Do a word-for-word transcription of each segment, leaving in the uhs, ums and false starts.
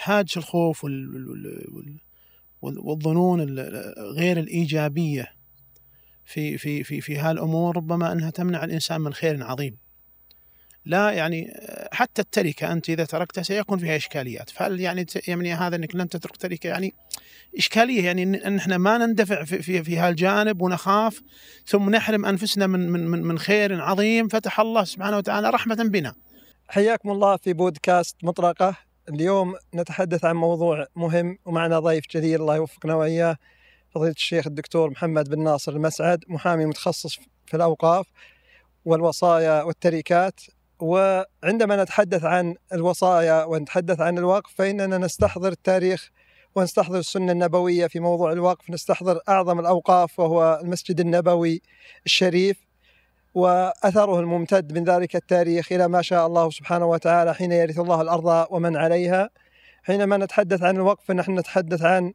هاجس الخوف والظنون غير الإيجابية في في في في هالأمور ربما أنها تمنع الإنسان من خير عظيم. لا يعني حتى التركة أنت إذا تركتها سيكون فيها إشكاليات، فهل يعني يعني هذا أنك لن تترك تركة يعني إشكالية، يعني أن إحنا ما نندفع في في في هالجانب ونخاف ثم نحرم أنفسنا من من من من خير عظيم فتح الله سبحانه وتعالى رحمة بنا. حياكم الله في بودكاست مطرقة. اليوم نتحدث عن موضوع مهم ومعنا ضيف جليل الله يوفقنا وإياه، فضيلة الشيخ الدكتور محمد بن ناصر المسعد، محامي متخصص في الأوقاف والوصايا والتركات. وعندما نتحدث عن الوصايا ونتحدث عن الوقف فإننا نستحضر التاريخ ونستحضر السنة النبوية في موضوع الوقف، نستحضر أعظم الأوقاف وهو المسجد النبوي الشريف وأثره الممتد من ذلك التاريخ إلى ما شاء الله سبحانه وتعالى حين يرث الله الأرض ومن عليها. حينما نتحدث عن الوقف فنحن نتحدث عن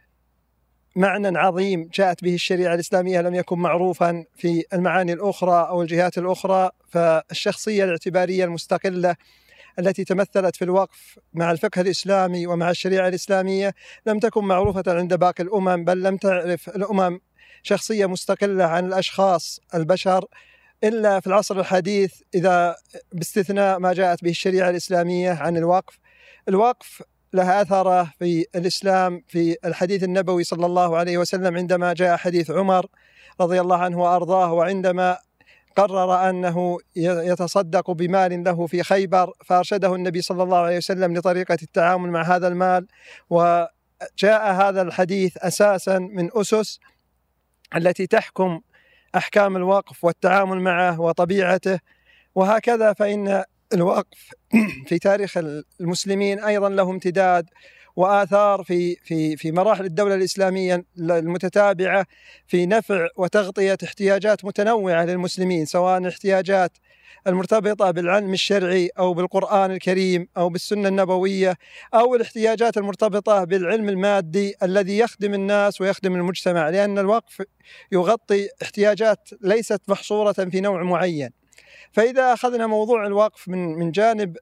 معنى عظيم جاءت به الشريعة الإسلامية لم يكن معروفا في المعاني الأخرى أو الجهات الأخرى. فالشخصية الاعتبارية المستقلة التي تمثلت في الوقف مع الفقه الإسلامي ومع الشريعة الإسلامية لم تكن معروفة عند باقي الأمم، بل لم تعرف الأمم شخصية مستقلة عن الأشخاص البشر إلا في العصر الحديث، إذا باستثناء ما جاءت به الشريعة الإسلامية عن الوقف. الوقف لها أثره في الإسلام في الحديث النبوي صلى الله عليه وسلم عندما جاء حديث عمر رضي الله عنه وأرضاه، وعندما قرر أنه يتصدق بمال له في خيبر فأرشده النبي صلى الله عليه وسلم لطريقة التعامل مع هذا المال. وجاء هذا الحديث أساسا من أسس التي تحكم أحكام الوقف والتعامل معه وطبيعته. وهكذا فإن الوقف في تاريخ المسلمين أيضا له امتداد وآثار في في في مراحل الدولة الإسلامية المتتابعة في نفع وتغطية احتياجات متنوعة للمسلمين، سواء الاحتياجات المرتبطة بالعلم الشرعي أو بالقرآن الكريم أو بالسنة النبوية، أو الاحتياجات المرتبطة بالعلم المادي الذي يخدم الناس ويخدم المجتمع، لأن الوقف يغطي احتياجات ليست محصورة في نوع معين. فإذا أخذنا موضوع الوقف من من جانب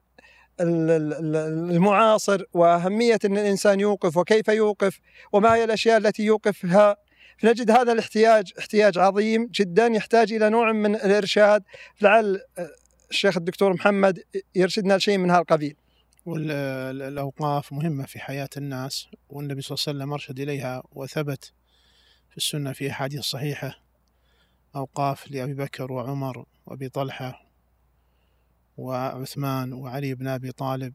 المعاصر وأهمية أن الإنسان يوقف وكيف يوقف وما هي الأشياء التي يوقفها، فنجد هذا الاحتياج احتياج عظيم جدا يحتاج إلى نوع من الإرشاد. لعل الشيخ الدكتور محمد يرشدنا لشيء من هذا القبيل. والأوقاف مهمة في حياة الناس، والنبي صلى الله عليه وسلم أرشد إليها وثبت في السنة في أحاديث صحيحة أوقاف لأبي بكر وعمر وأبي طلحة وعثمان وعلي بن أبي طالب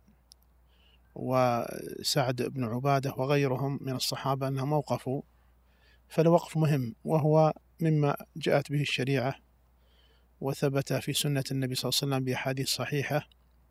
وسعد بن عبادة وغيرهم من الصحابة أنهم أوقفوا. فالوقف مهم وهو مما جاءت به الشريعة وثبت في سنة النبي صلى الله عليه وسلم بأحاديث صحيحة.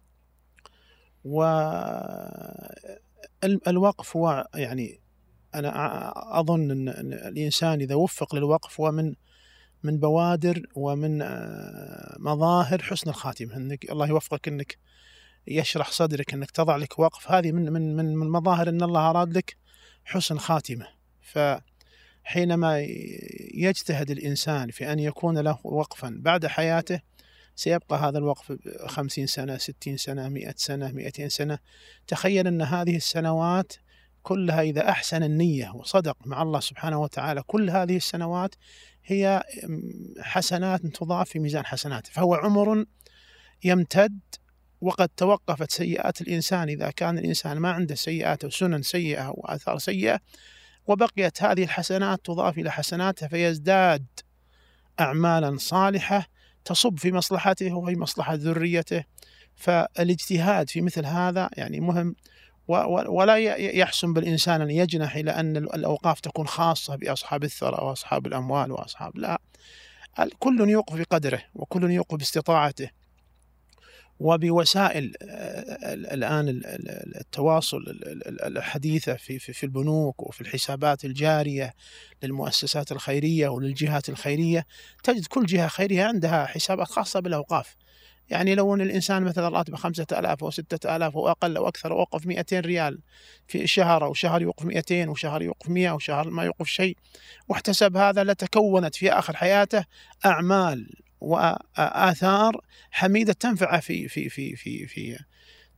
والوقف هو يعني أنا أظن أن الإنسان إذا وفق للوقف ومن من بوادر ومن مظاهر حسن الخاتمة، أنك الله يوفقك أنك يشرح صدرك أنك تضع لك وقف، هذه من من من من مظاهر أن الله أراد لك حسن خاتمة. فحينما يجتهد الإنسان في أن يكون له وقفا بعد حياته سيبقى هذا الوقف خمسين سنة ستين سنة مئة سنة مئتين سنة. تخيل أن هذه السنوات كلها إذا أحسن النية وصدق مع الله سبحانه وتعالى كل هذه السنوات هي حسنات تضاف في ميزان حسناته، فهو عمر يمتد. وقد توقفت سيئات الإنسان إذا كان الإنسان ما عنده سيئات وسنن سيئة وآثار سيئة، وبقيت هذه الحسنات تضاف إلى حسناته فيزداد أعمالا صالحة تصب في مصلحته وفي مصلحة ذريته. فالاجتهاد في مثل هذا يعني مهم، ولا يحسن بالإنسان أن يجنح إلى أن الأوقاف تكون خاصة بأصحاب الثراء وأصحاب الأموال وأصحاب، لا، كل يوقف بقدره وكل يوقف باستطاعته وبوسائل الآن التواصل الحديثة في في البنوك وفي الحسابات الجارية للمؤسسات الخيرية وللجهات الخيرية. تجد كل جهة خيرية عندها حسابات خاصة بالأوقاف. يعني لو أن الإنسان مثلا راتبه خمسة آلاف أو ستة آلاف أو أقل أو أكثر وقف مئتين ريال في شهر، أو شهر يوقف مئتين وشهر يوقف مئة وشهر ما يوقف شيء، واحتسب هذا لتكونت في آخر حياته أعمال وآثار حميدة تنفع في في في في في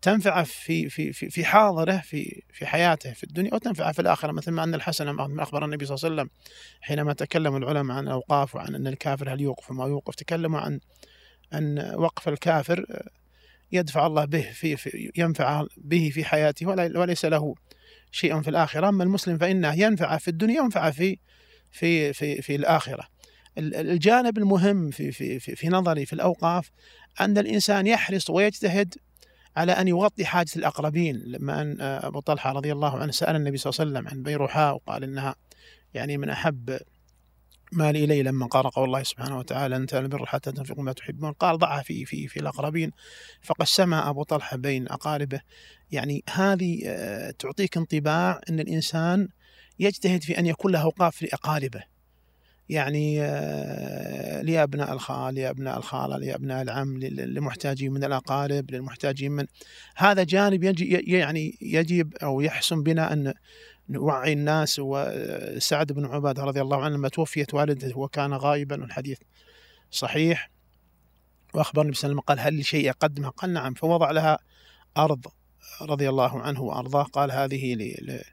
تنفعه في في في في حاضره في في حياته في الدنيا، وتنفعه في الآخرة، مثل ما أن الحسن ما أخبر النبي صلى الله عليه وسلم حينما تكلم العلماء عن الأوقاف وعن أن الكافر هل يوقف وما يوقف، تكلموا عن أن وقف الكافر يدفع الله به في, في ينفع به في حياته وليس له شيء في الآخرة. أما المسلم فإنه ينفع في الدنيا وينفع في في في في الآخرة. الجانب المهم في في في, في نظري في الأوقاف أن الإنسان يحرص ويجتهد على أن يغطي حاجة الأقربين. لما أن أبو طلحة رضي الله عنه سأل النبي صلى الله عليه وسلم عن بيروحاء وقال إنها يعني من أحب مال إلي لما قال قول الله سبحانه وتعالى أنت البر حتى تنفقوا ما تحبون، قال ضعها في في في الأقربين، فقسمها أبو طلحة بين أقاربه. يعني هذه تعطيك انطباع أن الإنسان يجتهد في أن يكون له أوقاف لأقاربه، يعني لأبناء الخال، لأبناء الخالة، لأبناء العم، للمحتاجين من الأقارب، للمحتاجين من هذا جانب يجي يعني يجب أو يحسن بنا أن نوعي الناس. وسعد بن عبادة رضي الله عنه لما توفيت والده وكان غائبا والحديث صحيح، وأخبر النبي صلى الله عليه وسلم قال هل لشيء أقدمها؟ قال نعم، فوضع لها أرض رضي الله عنه وأرضاه، قال هذه لي.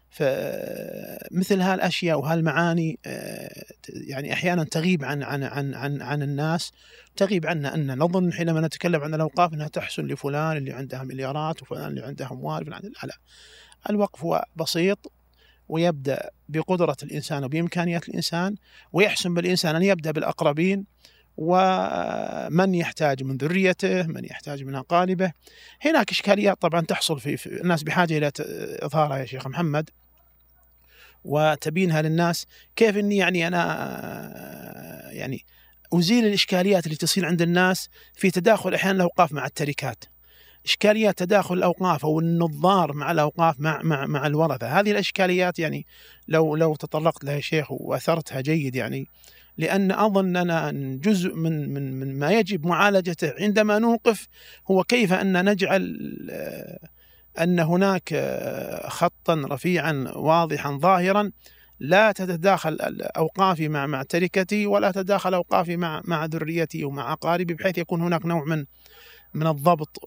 فمثل هالأشياء وهالمعاني يعني أحيانا تغيب عن عن عن عن عن الناس، تغيب عنا أن نظن حينما نتكلم عن الأوقاف أنها تحسن لفلان اللي عنده مليارات وفلان اللي عنده أموال. لا لا، الوقف هو بسيط، ويبدأ بقدرة الإنسان وبإمكانيات الإنسان، ويحسن بالإنسان أن يبدأ بالأقربين ومن يحتاج من ذريته، من يحتاج من أقاربه. هناك إشكاليات طبعا تحصل في, في الناس بحاجة إلى إظهارها يا شيخ محمد وتبينها للناس، كيف أني يعني أنا يعني أزيل الإشكاليات اللي تصير عند الناس في تداخل أحيانا الأوقاف مع التركات، إشكاليات تداخل الأوقاف أو النظار مع الأوقاف مع مع مع الورثة. هذه الإشكاليات يعني لو لو تطرقت لها يا شيخ وأثرتها جيد، يعني لأن أظن أنا أن جزء من من من ما يجب معالجته عندما نوقف هو كيف أن نجعل أن هناك خطا رفيعا واضحا ظاهرا لا تتداخل أوقافي مع مع تركتي ولا تتداخل أوقافي مع مع ذريتي ومع أقاربي، بحيث يكون هناك نوع من من الضبط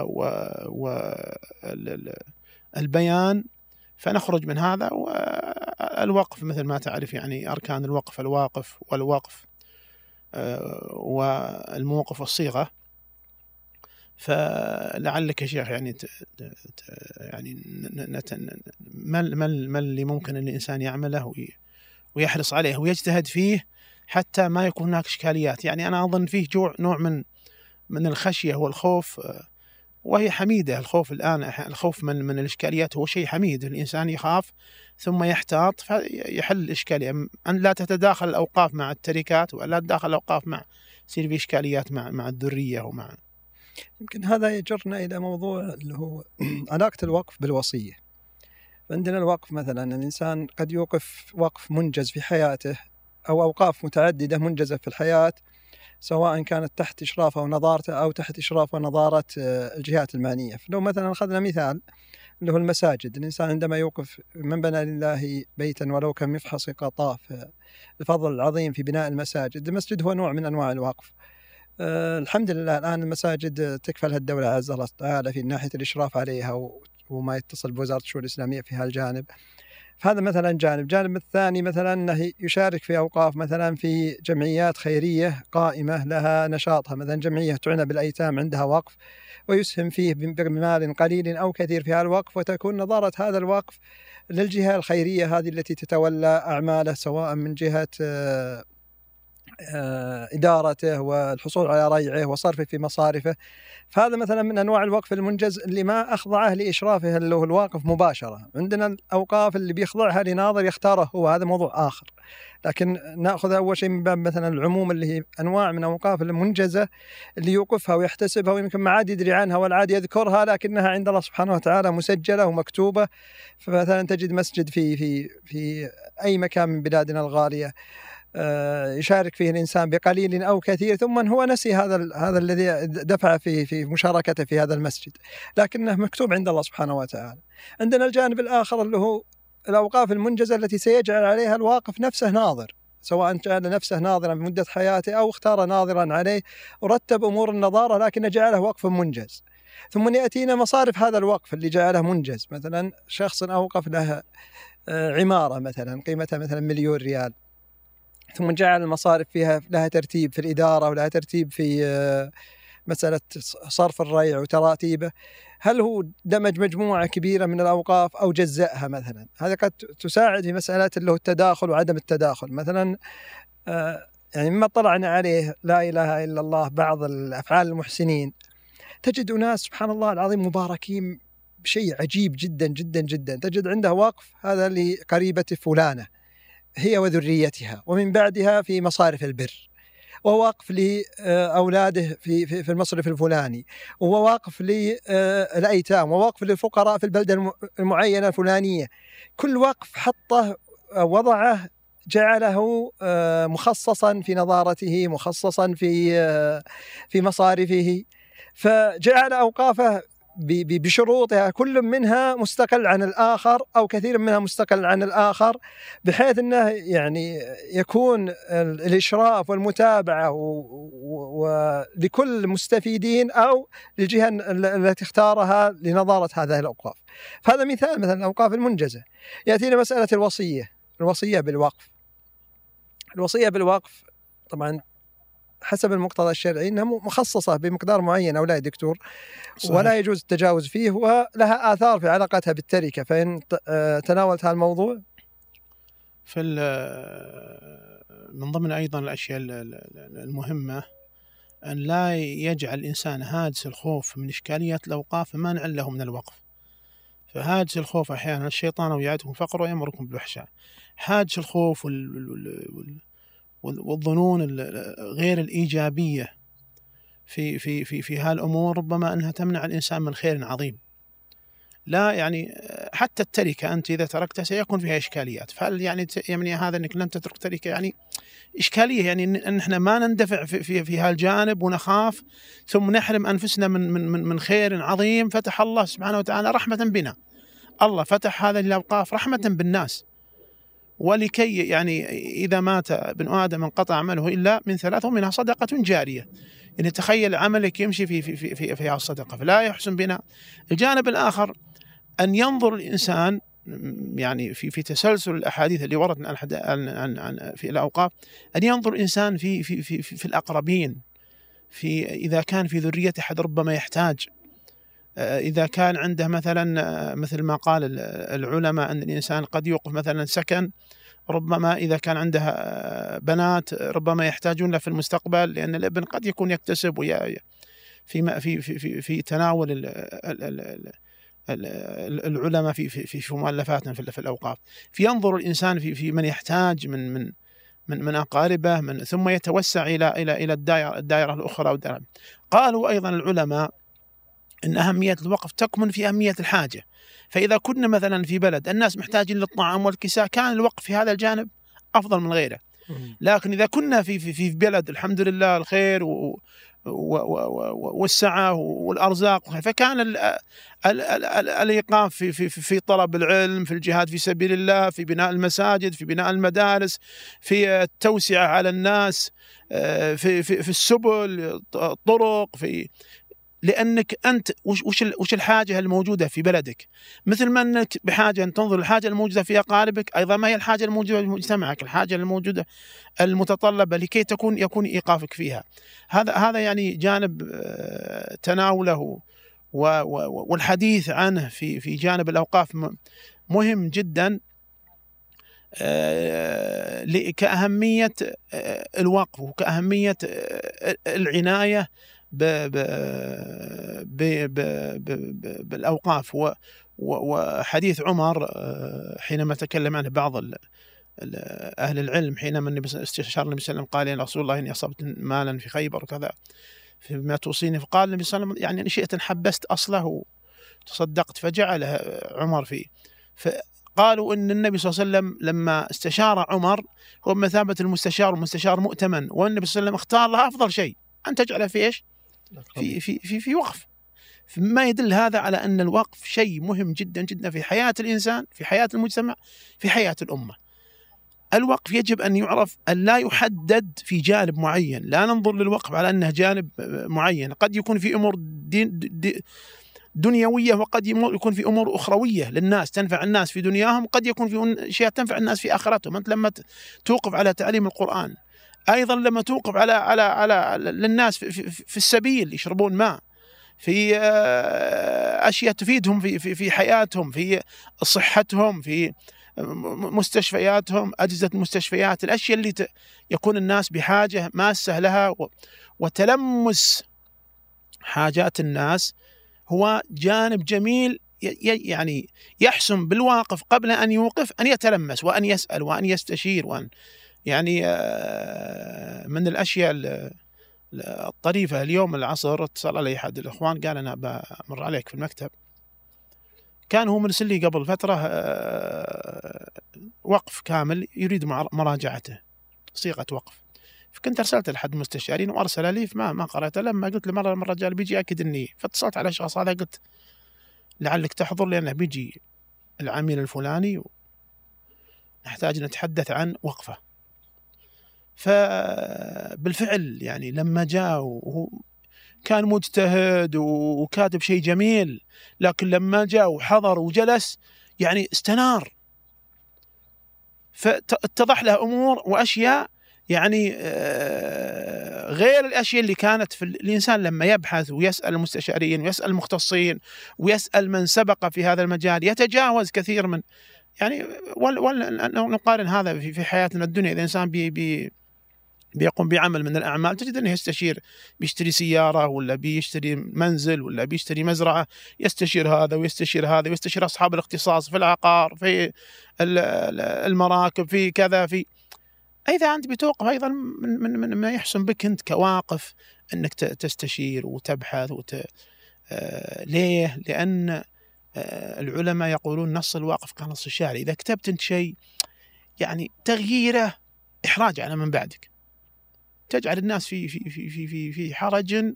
والبيان، فنخرج من هذا. والوقف مثل ما تعرف يعني أركان الوقف الواقف والوقف والموقف والصيغة. فلعلك يا شيخ يعني يعني ما ما اللي ممكن أن الإنسان يعمله ويحرص عليه ويجتهد فيه حتى ما يكون هناك إشكاليات. يعني أنا أظن فيه جوع نوع من من الخشية والخوف، وهي حميدة. الخوف الآن الخوف من من الإشكاليات هو شيء حميد، الإنسان يخاف ثم يحتاط فيحل الإشكالية، أن لا تتداخل الأوقاف مع التركات ولا تتداخل الأوقاف مع يصير في إشكاليات مع مع الذرية ومع. يمكن هذا يجرنا إلى موضوع اللي هو علاقة الوقف بالوصية. عندنا الوقف مثلا الإنسان قد يوقف وقف منجز في حياته أو أوقاف متعددة منجزة في الحياة، سواء كانت تحت إشرافه ونظارته أو تحت إشراف ونظارة الجهات المعنية. فلو مثلا أخذنا مثال اللي هو المساجد، الإنسان عندما يوقف من بنى لله بيتا ولو كان مفحص قطاف، الفضل العظيم في بناء المساجد. المسجد هو نوع من أنواع الوقف. أه الحمد لله الآن المساجد تكفلها الدولة عز الله تعالى في ناحية الإشراف عليها وما يتصل بوزارة الشؤون الإسلامية في هالجانب. فهذا مثلا جانب. جانب الثاني مثلا أنه يشارك في أوقاف مثلا في جمعيات خيرية قائمة لها نشاطها، مثلا جمعية تعنى بالأيتام عندها وقف ويسهم فيه بمال قليل أو كثير في هذا الوقف، وتكون نظارة هذا الوقف للجهة الخيرية هذه التي تتولى أعماله، سواء من جهة إدارته والحصول على ريعه وصرفه في مصارفه. فهذا مثلا من أنواع الوقف المنجز اللي ما أخضعه لإشرافه اللي هو الواقف مباشرة. عندنا الأوقاف اللي بيخضعها لناظر يختاره هو، هذا موضوع آخر. لكن نأخذ أول شيء من باب مثلا العموم اللي هي أنواع من أوقاف المنجزة اللي يوقفها ويحتسبها ويمكن ما عاد يدري عنها ولا عاد يذكرها، لكنها عند الله سبحانه وتعالى مسجلة ومكتوبة. فمثلا تجد مسجد في في في أي مكان من بلادنا الغالية يشارك فيه الإنسان بقليل أو كثير، ثم هو نسي هذا هذا الذي دفع في في مشاركته في هذا المسجد، لكنه مكتوب عند الله سبحانه وتعالى. عندنا الجانب الآخر اللي هو الأوقاف المنجزة التي سيجعل عليها الواقف نفسه ناظر، سواء جعل نفسه ناظرا بمدة حياته أو اختار ناظرا عليه ورتب أمور النظارة لكن جعله وقف منجز. ثم يأتينا مصارف هذا الوقف اللي جعله منجز. مثلا شخص أوقف له عمارة مثلا قيمتها مثلا مليون ريال، ثم جعل المصارف فيها لها ترتيب في الإدارة ولها ترتيب في مسألة صرف الريع وتراتيبه. هل هو دمج مجموعة كبيرة من الأوقاف أو جزأها مثلا؟ هذا قد تساعد في مسألة اللي هو التداخل وعدم التداخل. مثلا يعني مما طلعنا عليه لا إله إلا الله بعض الأفعال المحسنين، تجد أناس سبحان الله العظيم مباركين بشيء عجيب جدا جدا جدا. تجد عنده وقف هذا لقريبة فلانة هي وذريتها، ومن بعدها في مصارف البر، وواقف لأولاده في في المصرف الفلاني، وواقف للأيتام، وواقف للفقراء في البلدة المعينة الفلانية. كل وقف حطه وضعه جعله مخصصا في نظارته، مخصصا في في مصارفه، فجعل أوقافه بشروطها كل منها مستقل عن الآخر أو كثير منها مستقل عن الآخر، بحيث أنه يعني يكون الإشراف والمتابعة لكل مستفيدين أو للجهة التي اختارها لنظارة هذه الأوقاف. فهذا مثال مثلا الأوقاف المنجزة. يأتينا مسألة الوصية، الوصية بالوقف. الوصية بالوقف طبعا حسب المقتضى الشرعي أنها مخصصة بمقدار معين أو لا يا دكتور، صحيح. ولا يجوز التجاوز فيه، ولها آثار في علاقتها بالتركة. فإن تناولت هذا الموضوع في من ضمن أيضا الأشياء المهمة أن لا يجعل الإنسان هاجس الخوف من إشكاليات الأوقاف مانعا له من الوقف. فهاجس الخوف أحيانا الشيطان يعدكم فقر ويأمركم بالفحشاء. هاجس الخوف وال وال والظنون غير الإيجابية في في في في هالأمور ربما أنها تمنع الإنسان من خير عظيم. لا يعني حتى التركة أنت إذا تركتها سيكون فيها إشكاليات، فهل يعني يعني هذا أنك لم تترك تركة يعني إشكالية، يعني أن إحنا ما نندفع في في في هالجانب ونخاف ثم نحرم أنفسنا من من من خير عظيم فتح الله سبحانه وتعالى رحمة بنا. الله فتح هذه الأوقاف رحمة بالناس، ولكي يعني إذا مات ابن آدم انقطع عمله إلا من ثلاث ومنها صدقة جارية. يعني تخيل عملك يمشي في في في في, في الصدقة، فلا يحسن بنا. الجانب الآخر أن ينظر الإنسان يعني في في تسلسل الأحاديث اللي وردت عن عن عن في الأوقاف، أن ينظر الإنسان في في في في, في الأقربين، في إذا كان في ذرية أحد ربما يحتاج، إذا كان عنده مثلا مثل ما قال العلماء أن الإنسان قد يوقف مثلا سكن، ربما إذا كان عنده بنات ربما يحتاجون له في المستقبل، لأن الابن قد يكون يكتسب في في في في تناول العلماء في في في مؤلفاتنا في الأوقاف. فينظر الإنسان في في من يحتاج من من من من أقاربه، من ثم يتوسع إلى إلى إلى الدائرة الدائرة الأخرى. قالوا أيضا العلماء إن أهمية الوقف تكمن في أهمية الحاجة. فإذا كنا مثلا في بلد الناس محتاجين للطعام والكساء كان الوقف في هذا الجانب أفضل من غيره. لكن إذا كنا في في في بلد الحمد لله الخير و والسعة والأرزاق، فكان ال ال ال الإيقاف في في في طلب العلم، في الجهاد في سبيل الله، في بناء المساجد، في بناء المدارس، في التوسعة على الناس، في في في السبل، الطرق، في لأنك أنت وش وش الحاجة الموجودة في بلدك، مثل ما أنك بحاجة أن تنظر الحاجة الموجودة في أقاربك، أيضا ما هي الحاجة الموجودة في مجتمعك، الحاجة الموجودة المتطلبة لكي تكون يكون إيقافك فيها. هذا هذا يعني جانب تناوله والحديث عنه في في جانب الأوقاف مهم جدا كأهمية الوقف وكأهمية العناية ب ب ب ب بالأوقاف. وحديث عمر حينما تكلم عنه بعض أهل العلم حينما استشار النبي صلى الله عليه وسلم قال يا رسول الله إني أصبت مالا في خيبر وكذا فيما توصيني، فقال النبي صلى الله عليه وسلم يعني إن شئت حبست أصله وتصدقت، فجعله عمر فيه. فقالوا إن النبي صلى الله عليه وسلم لما استشار عمر هو بمثابة المستشار والمستشار مؤتمن، والنبي صلى الله عليه وسلم اختار له أفضل شيء أن تجعله في إيش؟ في في في في وقف. ما يدل هذا على أن الوقف شيء مهم جدا جدا في حياة الإنسان، في حياة المجتمع، في حياة الأمة. الوقف يجب أن يعرف أن لا يحدد في جانب معين، لا ننظر للوقف على أنه جانب معين، قد يكون في أمور دين دي دنيوية، وقد يكون في أمور أخروية للناس تنفع الناس في دنياهم، وقد يكون في أشياء تنفع الناس في آخرتهم. أنت لما توقف على تعليم القرآن، أيضا لما توقف على على على للناس في, في, في السبيل يشربون ماء، في أشياء تفيدهم في في في حياتهم، في صحتهم، في مستشفياتهم، أجهزة المستشفيات، الأشياء اللي يكون الناس بحاجة ماسة لها، وتلمس حاجات الناس هو جانب جميل. يعني يحسن بالواقف قبل أن يوقف أن يتلمس وأن يسأل وأن يستشير، وأن يعني من الأشياء الطريفة اليوم العصر اتصل علي أحد الإخوان قال أنا بمر عليك في المكتب، كان هو مرسل لي قبل فترة وقف كامل يريد مراجعته، صيغة وقف، فكنت أرسلت لحد مستشارين وأرسل لي، فما ما قرأته. لما قلت له مرة مرة جال بيجي أكد إني، فاتصلت على الشخص هذا قلت لعلك تحضر لأنه بيجي العميل الفلاني نحتاج نتحدث عن وقفة. فبالفعل يعني لما جاء وهو كان مجتهد وكاتب شيء جميل، لكن لما جاء وحضر وجلس يعني استنار، فاتضح له أمور وأشياء يعني غير الأشياء اللي كانت في الإنسان لما يبحث ويسأل المستشارين ويسأل المختصين ويسأل من سبق في هذا المجال يتجاوز كثير من يعني. ونقارن هذا في حياتنا الدنيا، إذا إنسان بي بي بيقوم بعمل من الأعمال تجد أنه يستشير، بيشتري سيارة ولا بيشتري منزل ولا بيشتري مزرعة، يستشير هذا ويستشير هذا ويستشير أصحاب الاختصاص في العقار، في المراكب، في كذا، في إذا أنت بتوقف أيضا من, من, من ما يحسن بك أنت كواقف أنك تستشير وتبحث وت... آه ليه؟ لأن آه العلماء يقولون نص الواقف كنص الشارع، إذا كتبت أنت شيء يعني تغييره إحراج على من بعدك، تجعل الناس في في في في في, في حرج آه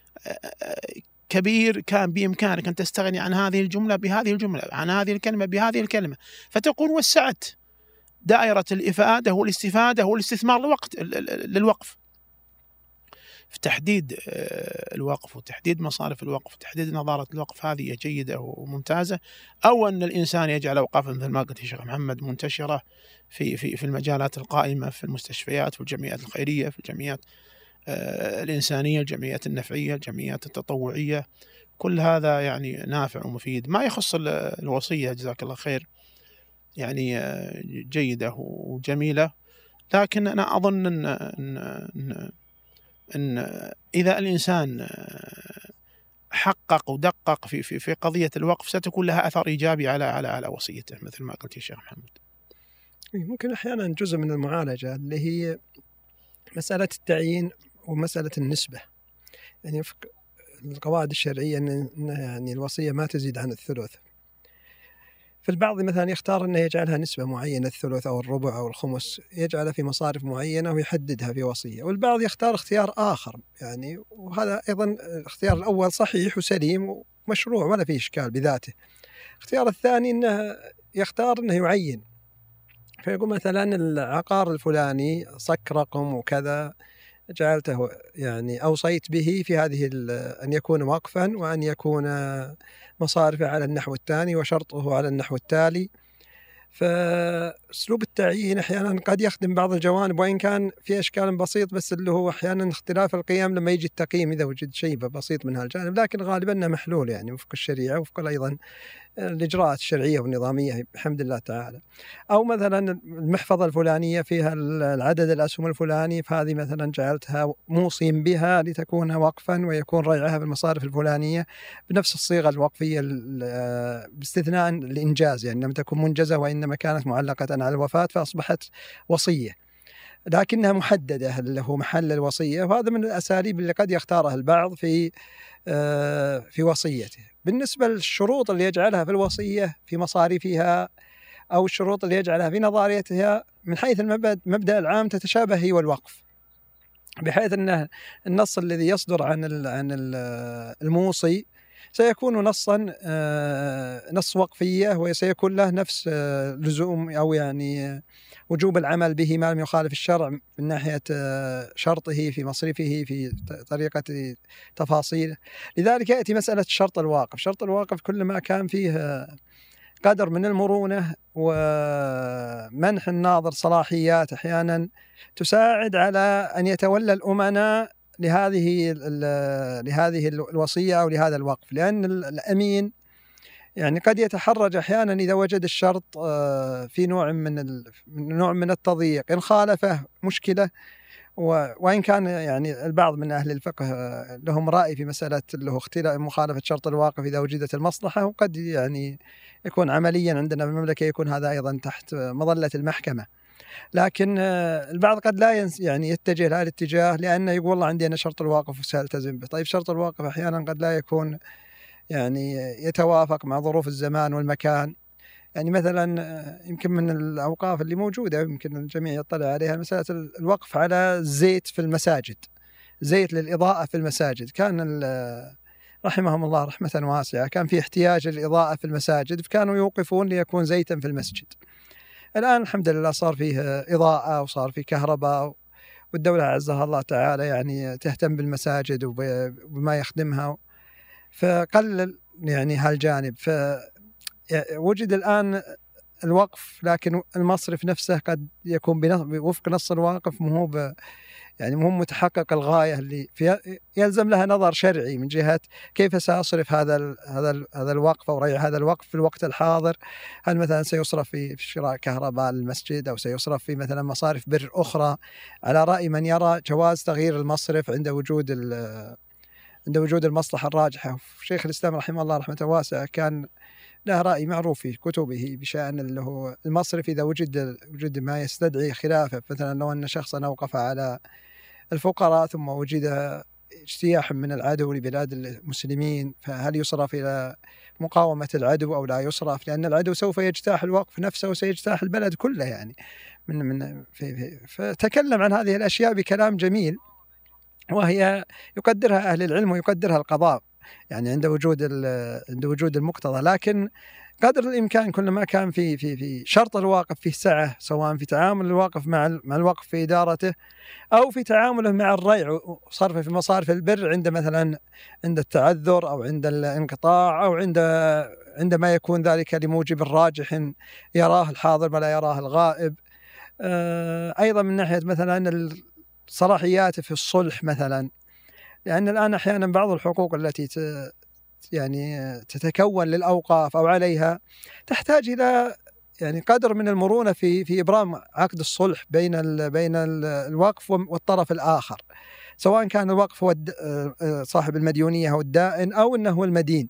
كبير، كان بإمكانك أن تستغني عن هذه الجملة بهذه الجملة، عن هذه الكلمة بهذه الكلمة، فتكون وسعت دائرة الإفادة والاستفادة والاستثمار للوقت للوقف. في تحديد الوقف وتحديد مصارف الوقف وتحديد نظارة الوقف هذه جيدة وممتازة، أو أن الإنسان يجعل أوقافا مثل ما قلت الشيخ محمد منتشرة في في في المجالات القائمة، في المستشفيات، في الجمعيات الخيرية، في الجمعيات الإنسانية، الجمعيات النفعية، الجمعيات التطوعية، كل هذا يعني نافع ومفيد. ما يخص الوصية جزاك الله خير يعني جيدة وجميلة، لكن أنا أظن أن, أن, أن, أن إذا الإنسان حقق ودقق في, في, في قضية الوقف ستكون لها أثر إيجابي على على على وصيته مثل ما قلت يا شيخ محمد. ممكن أحيانا جزء من المعالجة اللي هي مسألة التعيين ومسألة النسبة، يعني في القواعد الشرعية أن يعني الوصية ما تزيد عن الثلث، فالبعض مثلا يختار أنه يجعلها نسبة معينة، الثلث أو الربع أو الخمس، يجعلها في مصارف معينة ويحددها في وصية، والبعض يختار اختيار آخر يعني، وهذا أيضا الاختيار الأول صحيح وسليم ومشروع ولا فيه إشكال بذاته. الاختيار الثاني أنه يختار أنه يعين، فيقول مثلا العقار الفلاني صك رقم وكذا جعلته يعني أوصيت به في هذه أن يكون وقفا وأن يكون مصارفه على النحو الثاني وشرطه على النحو التالي. فأسلوب التعيين أحيانا قد يخدم بعض الجوانب وإن كان في أشكال بسيط، بس اللي هو أحيانا اختلاف القيم لما يجي التقييم إذا وجد شيء بسيط من هالجانب، لكن غالبا محلول يعني وفق الشريعة وفق أيضا الإجراءات الشرعية والنظامية بحمد الله تعالى. أو مثلا المحفظة الفلانية فيها العدد الأسهم الفلاني، فهذه مثلا جعلتها موصي بها لتكون وقفا ويكون ريعها بالمصارف الفلانية بنفس الصيغة الوقفية باستثناء الإنجاز، يعني لم تكن منجزة وإنما كانت معلقة على الوفاة فأصبحت وصية لكنها محددة اللي هو محل الوصية، وهذا من الأساليب اللي قد يختارها البعض في في وصيته. بالنسبة للشروط اللي يجعلها في الوصية في مصاريفها أو الشروط اللي يجعلها في نظاريتها من حيث المبدأ العام تتشابه هي والوقف، بحيث أن النص الذي يصدر عن عن الموصي سيكون نصا نص وقفية، وسيكون له نفس لزوم أو يعني وجوب العمل به ما لم يخالف الشرع من ناحية شرطه في مصرفه في طريقة تفاصيله. لذلك يأتي مسألة شرط الواقف. شرط الواقف كل ما كان فيه قدر من المرونة ومنح الناظر صلاحيات أحيانا تساعد على أن يتولى الأمناء لهذه لهذه الوصية أو لهذا الوقف، لأن الأمين يعني قد يتحرج أحيانا إذا وجد الشرط في نوع من نوع من التضييق، إن خالفه مشكلة. وإن كان يعني البعض من أهل الفقه لهم رأي في مسألة له اختلاف مخالفة شرط الواقف إذا وجدت المصلحة، وقد يعني يكون عمليا عندنا في المملكة يكون هذا أيضا تحت مظلة المحكمة. لكن البعض قد لا ينس يعني يتجه لهذا الاتجاه، لأنه يقول والله عندي أنا شرط الواقف وسألتزم به. طيب شرط الواقف أحيانا قد لا يكون يعني يتوافق مع ظروف الزمان والمكان. يعني مثلا يمكن من الأوقاف اللي موجودة يمكن الجميع يطلع عليها مسألة الوقف على الزيت في المساجد، زيت للإضاءة في المساجد. كان رحمهم الله رحمة واسعة كان في احتياج للإضاءة في المساجد، فكانوا يوقفون ليكون زيتا في المسجد. الآن الحمد لله صار فيه إضاءة وصار فيه كهرباء، والدولة عزها الله تعالى يعني تهتم بالمساجد وبما يخدمها، فقلل يعني هالجانب. فوجد الآن الوقف، لكن المصرف نفسه قد يكون بوفق نص الواقف مو يعني مو متحقق الغاية اللي في، يلزم لها نظر شرعي من جهة كيف سأصرف هذا هذا هذا الوقف أو ريع هذا الوقف في الوقت الحاضر. هل مثلا سيصرف في شراء كهرباء للمسجد، أو سيصرف في مثلا مصارف بر أخرى، على رأي من يرى جواز تغيير المصرف عند وجود عند وجود المصلحة الراجحة. شيخ الإسلام رحمه الله رحمة واسعة كان له رأي معروف في كتبه بشأن اللي هو المصرف إذا وجد وجد ما يستدعي خلافه. مثلا لو أن شخصا أوقف على الفقراء ثم وجد اجتياح من العدو لبلاد المسلمين، فهل يصرف إلى مقاومة العدو أو لا يصرف؟ لأن العدو سوف يجتاح الوقف نفسه وسيجتاح البلد كله يعني من من في في فتكلم عن هذه الأشياء بكلام جميل، وهي يقدرها أهل العلم ويقدرها القضاء يعني عند وجود عند وجود المقتضى. لكن قدر الإمكان كل ما كان في في في شرط الواقف فيه سعة، سواء في تعامل الواقف مع مع الوقف في إدارته، أو في تعامله مع الريع وصرفه في مصارف البر عند مثلا عند التعذر أو عند الانقطاع أو عند عندما يكون ذلك لموجب راجح يراه الحاضر ولا يراه الغائب. أيضا من ناحية مثلا الصلاحيات في الصلح مثلا، لأن الآن أحيانا بعض الحقوق التي يعني تتكون للأوقاف أو عليها تحتاج إلى يعني قدر من المرونة في في إبرام عقد الصلح بين ال بين ال الوقف والطرف الآخر، سواء كان الوقف هو صاحب المديونية أو الدائن أو أنه هو المدين.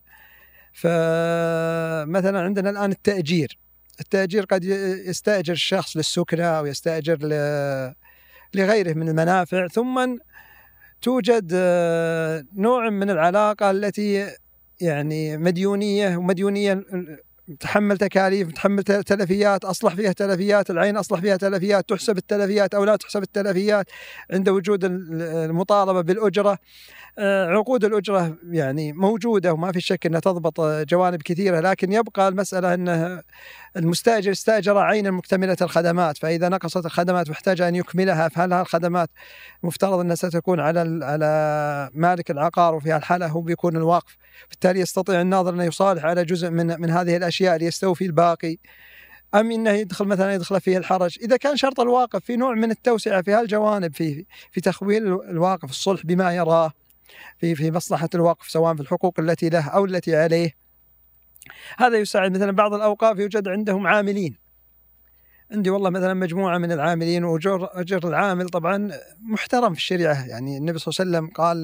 فمثلا عندنا الآن التأجير، التأجير قد يستأجر الشخص للسكنة أو يستأجر لغيره من المنافع، ثم توجد نوع من العلاقة التي يعني مديونية، ومديونية تحمل تكاليف، تحمل تلفيات، أصلح فيها تلفيات العين، أصلح فيها تلفيات، تحسب التلفيات أو لا تحسب التلفيات عند وجود المطالبة بالأجرة. عقود الأجرة يعني موجودة وما في شك أنها تضبط جوانب كثيرة، لكن يبقى المسألة أن المستأجر استأجر عينا مكتملة الخدمات، فإذا نقصت الخدمات واحتاج أن يكملها، فهل هالخدمات مفترض أنها ستكون على على مالك العقار، وفي هالحالة هو بيكون الوقف، بالتالي يستطيع الناظر أن يصالح على جزء من من هذه الأشياء ليستوفي الباقي، أم إنه يدخل مثلا يدخل فيه الحرج. إذا كان شرط الواقف في نوع من التوسعة في هالجوانب، في في تخويل الواقف الصلح بما يراه في في مصلحة الوقف، سواء في الحقوق التي له أو التي عليه، هذا يساعد. مثلا بعض الأوقاف يوجد عندهم عاملين، عندي والله مثلا مجموعة من العاملين، وأجر أجر العامل طبعا محترم في الشريعة. يعني النبي صلى الله عليه وسلم قال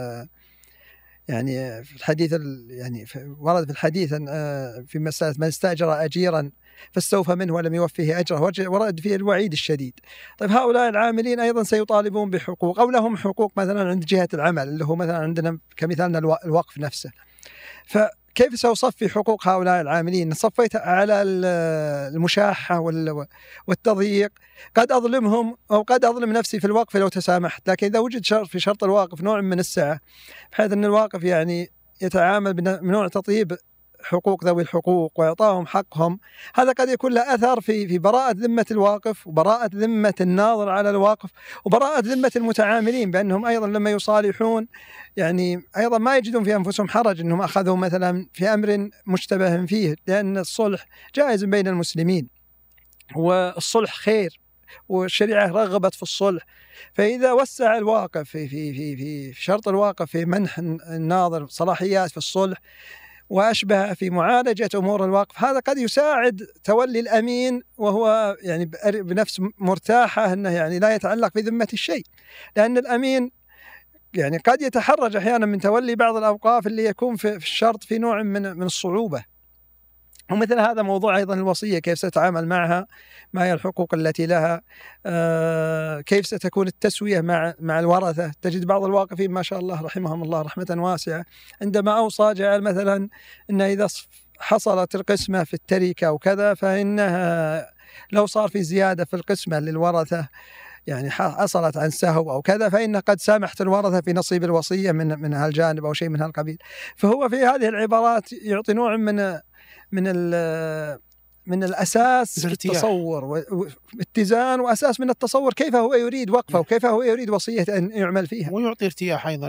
يعني في الحديث يعني ورد في الحديث في مسألة من استأجر أجيرا فاستوفى منه ولم يوفيه أجره، ورد فيه الوعيد الشديد. طيب هؤلاء العاملين أيضا سيطالبون بحقوق، أو لهم حقوق مثلا عند جهة العمل اللي هو مثلا عندنا كمثالنا الوقف نفسه. فكيف سأصفي حقوق هؤلاء العاملين؟ صفيت على المشاحة والتضييق، قد أظلمهم أو قد أظلم نفسي في الوقف لو تسامحت. لكن إذا وجد شرط في شرط الواقف نوع من السعة، بحيث أن الواقف يعني يتعامل بنوع تطيب حقوق ذوي الحقوق وإعطائهم حقهم، هذا قد يكون له أثر في في براءة ذمة الواقف وبراءة ذمة الناظر على الواقف وبراءة ذمة المتعاملين، بأنهم أيضا لما يصالحون يعني أيضا ما يجدون في أنفسهم حرج أنهم أخذوا مثلا في أمر مشتبه فيه، لأن الصلح جائز بين المسلمين والصلح خير والشريعة رغبت في الصلح. فإذا وسع الواقف في في في في شرط الواقف في منح الناظر صلاحيات في الصلح وأشبه في معالجة أمور الواقف، هذا قد يساعد تولي الأمين وهو يعني بنفس مرتاحة أنه يعني لا يتعلق بذمة الشيء، لأن الأمين يعني قد يتحرج أحيانا من تولي بعض الأوقاف اللي يكون في الشرط في نوع من من الصعوبة. ومثل هذا موضوع أيضا الوصية، كيف ستتعامل معها، ما هي الحقوق التي لها، آه كيف ستكون التسوية مع مع الورثة. تجد بعض الواقفين ما شاء الله رحمهم الله رحمة واسعة عندما أوصى جعل مثلا أن إذا حصلت القسمة في التركة وكذا فإنها لو صار في زيادة في القسمة للورثة يعني حصلت عن سهو أو كذا فإن قد سامحت الورثة في نصيب الوصية من من هالجانب أو شيء من هالقبيل. فهو في هذه العبارات يعطي نوع من من من الأساس في التصور واتزان وأساس من التصور كيف هو يريد وقفه وكيف هو يريد وصية أن يعمل فيها، ويعطي ارتياح أيضا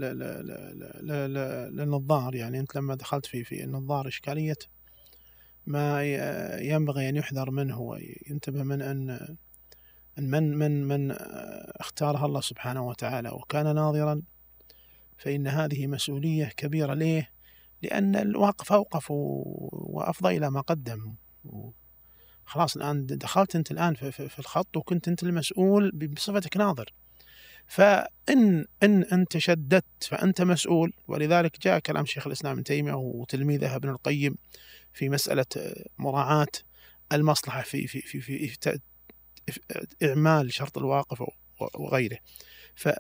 للنظار. يعني أنت لما دخلت في في النظار إشكالية ما ينبغي أن يحذر منه وينتبه من أن من من من اختارها الله سبحانه وتعالى وكان ناظرا، فإن هذه مسؤولية كبيرة. ليه؟ لأن الواقف أوقف وأفضى إلى ما قدم. خلاص الآن دخلت أنت الآن في الخط وكنت أنت المسؤول بصفتك ناظر، فإن إن أنت شددت فأنت مسؤول. ولذلك جاء كلام شيخ الإسلام ابن تيمية وتلميذه ابن القيم في مسألة مراعاة المصلحة في في في في إعمال شرط الواقف وغيره. ف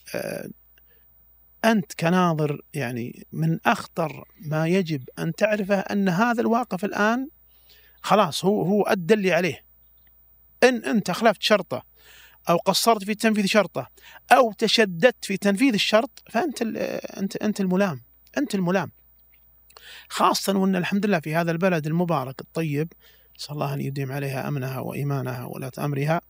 أنت كناظر يعني من أخطر ما يجب أن تعرفه أن هذا الواقف الآن خلاص هو هو أدى اللي عليه. إن أنت خلفت شرطه أو قصرت في تنفيذ شرطه أو تشددت في تنفيذ الشرط فأنت أنت أنت الملام أنت الملام خاصة وأن الحمد لله في هذا البلد المبارك الطيب، صلى الله أن يديم عليها أمنها وإيمانها ولاة أمرها،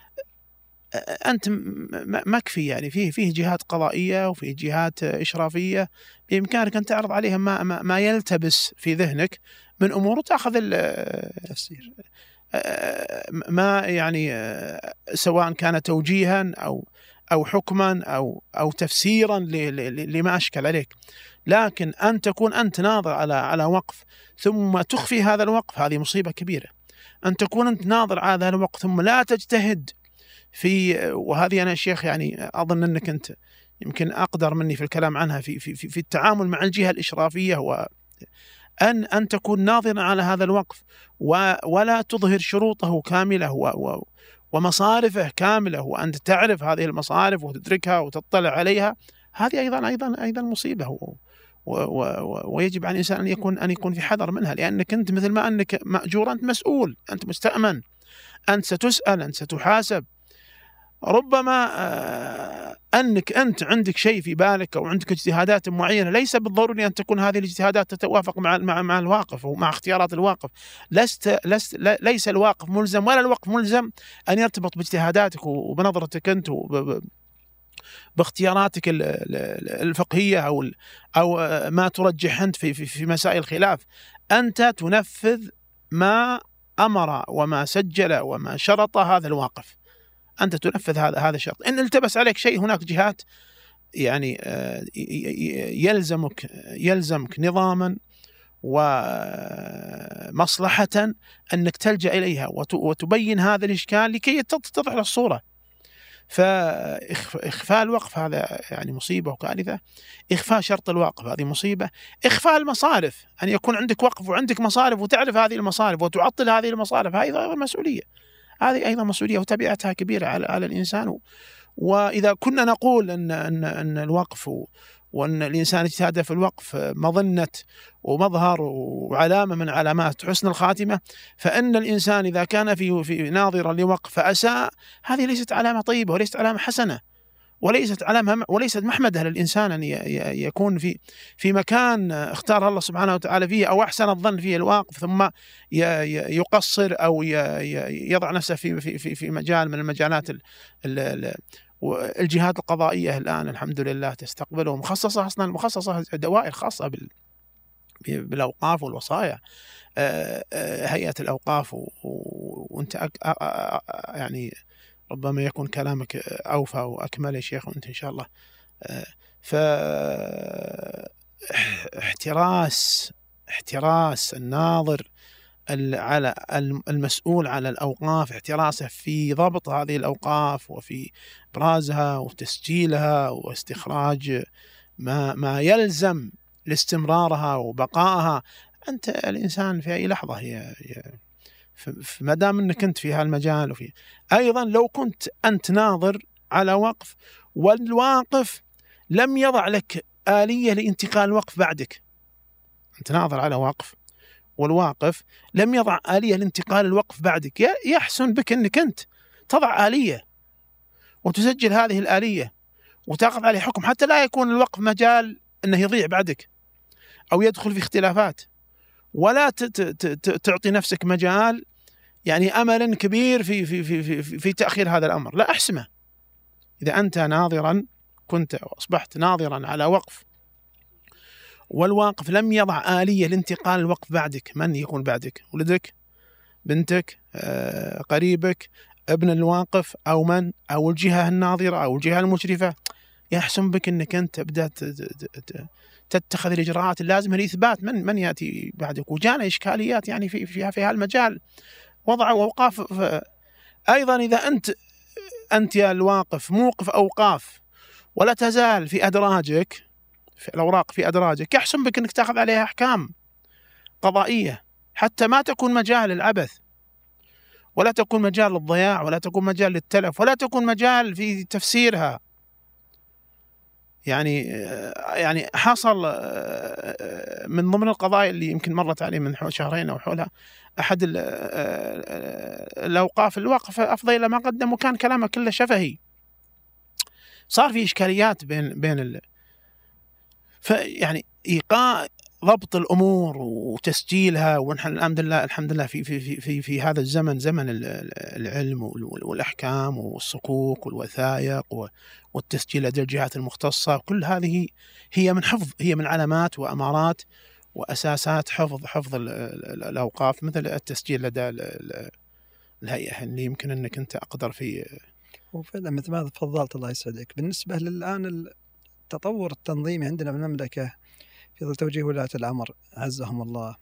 أنت مكفي يعني فيه فيه جهات قضائية وفيه جهات إشرافية بإمكانك أن تعرض عليها ما ما, ما يلتبس في ذهنك من أمور وتأخذ التفسير ما يعني سواء كان توجيها أو أو حكما أو أو تفسيرا لما أشكل عليك. لكن أن تكون أنت ناظر على على وقف ثم تخفي هذا الوقف، هذه مصيبة كبيرة. أن تكون أنت ناظر على هذا الوقف ثم لا تجتهد في، وهذه أنا شيخ يعني أظن أنك أنت يمكن أقدر مني في الكلام عنها في في في التعامل مع الجهة الإشرافية، وأن أن تكون ناظرا على هذا الوقف ولا تظهر شروطه كاملة ومصارفه كاملة، وأنت تعرف هذه المصارف وتدركها وتطلع عليها. هذه أيضا أيضا أيضا مصيبة، ويجب على الإنسان أن يكون أن يكون في حذر منها، لأنك أنت مثل ما أنك مأجور أنت مسؤول، أنت مستأمن، أنت ستسأل، أنت ستحاسب. ربما أنك أنت عندك شيء في بالك أو عندك اجتهادات معينة، ليس بالضروري أن تكون هذه الاجتهادات تتوافق مع مع مع الواقف ومع اختيارات الواقف. لست لست ليس الواقف ملزم ولا الوقف ملزم أن يرتبط باجتهاداتك وبنظرتك أنت باختياراتك الفقهية أو أو ما ترجح أنت في في في مسائل خلاف. أنت تنفذ ما أمر وما سجل وما شرط هذا الواقف، أنت تنفذ هذا هذا الشرط. إن التبس عليك شيء هناك جهات يعني يلزمك يلزمك نظاما ومصلحة أنك تلجأ إليها وتبين هذا الإشكال لكي تتضح الصورة. فإخفاء الوقف هذا يعني مصيبة وكارثة، إخفاء شرط الواقف هذه مصيبة، إخفاء المصارف، أن يكون عندك وقف وعندك مصارف وتعرف هذه المصارف وتعطل هذه المصارف، هذه أيضا مسؤولية، هذه أيضا مسؤولية وتبعتها كبيرة على على الإنسان. وإذا كنا نقول أن أن أن الوقف وأن الإنسان اجتهاد في الوقف مظنة ومظهر وعلامة من علامات حسن الخاتمة، فإن الإنسان إذا كان في في ناظرا لوقف فأساء، هذه ليست علامة طيبة وليست علامة حسنة. وليست علامة وليست محمدة للإنسان أن يكون في في مكان اختار الله سبحانه وتعالى فيه أو أحسن الظن فيه الواقف ثم يقصر أو يضع نفسه في في في مجال من المجالات الجهات القضائية الآن الحمد لله تستقبله مخصصة أصلا مخصصة دوائر خاصة بال بالأوقاف والوصايا، هيئة الأوقاف، وأنت يعني ربما يكون كلامك أوفى وأكمل يا شيخ وأنت إن شاء الله. فاحتراس احتراس الناظر على المسؤول على الأوقاف، احتراسه في ضبط هذه الأوقاف وفي إبرازها وتسجيلها واستخراج ما ما يلزم لاستمرارها وبقائها. أنت الإنسان في أي لحظة هي ما دام أنك أنت في هالمجال. وفي أيضا لو كنت أنت ناظر على وقف والواقف لم يضع لك آلية لانتقال الوقف بعدك، أنت ناظر على وقف والواقف لم يضع آلية لانتقال الوقف بعدك، يحسن بك أنك أنت تضع آلية وتسجل هذه الآلية وتأخذ عليه حكم حتى لا يكون الوقف مجال أنه يضيع بعدك أو يدخل في اختلافات، ولا تعطي نفسك مجال يعني أمل كبير في في في في, في تأخير هذا الأمر. لا، أحسمه. إذا أنت ناظرا كنت أصبحت ناظرا على وقف والواقف لم يضع آلية لانتقال الوقف بعدك، من يكون بعدك؟ ولدك، بنتك، آه، قريبك، ابن الواقف، أو من أو الجهة الناظرة أو الجهة المشرفة. يحسن بك أنك أنت تبدأ تتخذ الإجراءات اللازمة لإثبات من من يأتي بعدك. وجانا إشكاليات يعني في في في هالمجال، وضعوا أوقاف. أيضا إذا أنت أنت يا الواقف موقف أوقاف ولا تزال في أدراجك، في الأوراق في أدراجك، يحسن بك أنك تأخذ عليها أحكام قضائية حتى ما تكون مجال للعبث، ولا تكون مجال للضياع، ولا تكون مجال للتلف، ولا تكون مجال في تفسيرها. يعني يعني حصل من ضمن القضايا اللي يمكن مرت عليه من شهرين أو حولها، أحد الأوقاف الوقف أفضل إلى ما قدم، وكان كلامه كله شفهي، صار في إشكاليات بين بين ال... فيعني إيقاع ضبط الأمور وتسجيلها. ونحن الحمد لله الحمد لله في في في في, في هذا الزمن، زمن العلم والأحكام والصكوك والوثائق والتسجيل لدى الجهات المختصة، كل هذه هي من حفظ، هي من علامات وأمارات وأساسات حفظ حفظ الأوقاف، مثل التسجيل لدى الهيئة اللي يمكن أنك أنت أقدر في. وفعلا مثل ما تفضلت الله يسعدك، بالنسبة للآن التطور التنظيمي عندنا في المملكة في ظل توجيه ولاة الأمر عزهم الله،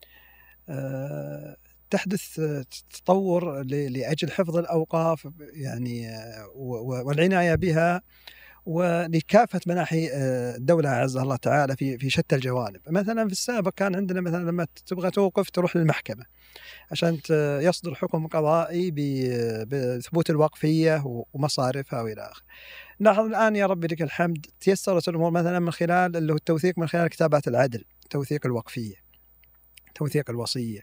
أه تحدث تطور لأجل حفظ الأوقاف يعني والعناية بها ولكافة مناحي الدولة عزها الله تعالى في في شتى الجوانب. مثلا في السابق كان عندنا مثلا لما تبغى توقف تروح للمحكمة عشان يصدر حكم قضائي بثبوت الوقفية ومصارفها وإلى آخره. نحن الآن يا ربي لك الحمد تيسرت الأمور مثلا من خلال اللي هو التوثيق، من خلال كتابات العدل، توثيق الوقفية، توثيق الوصية،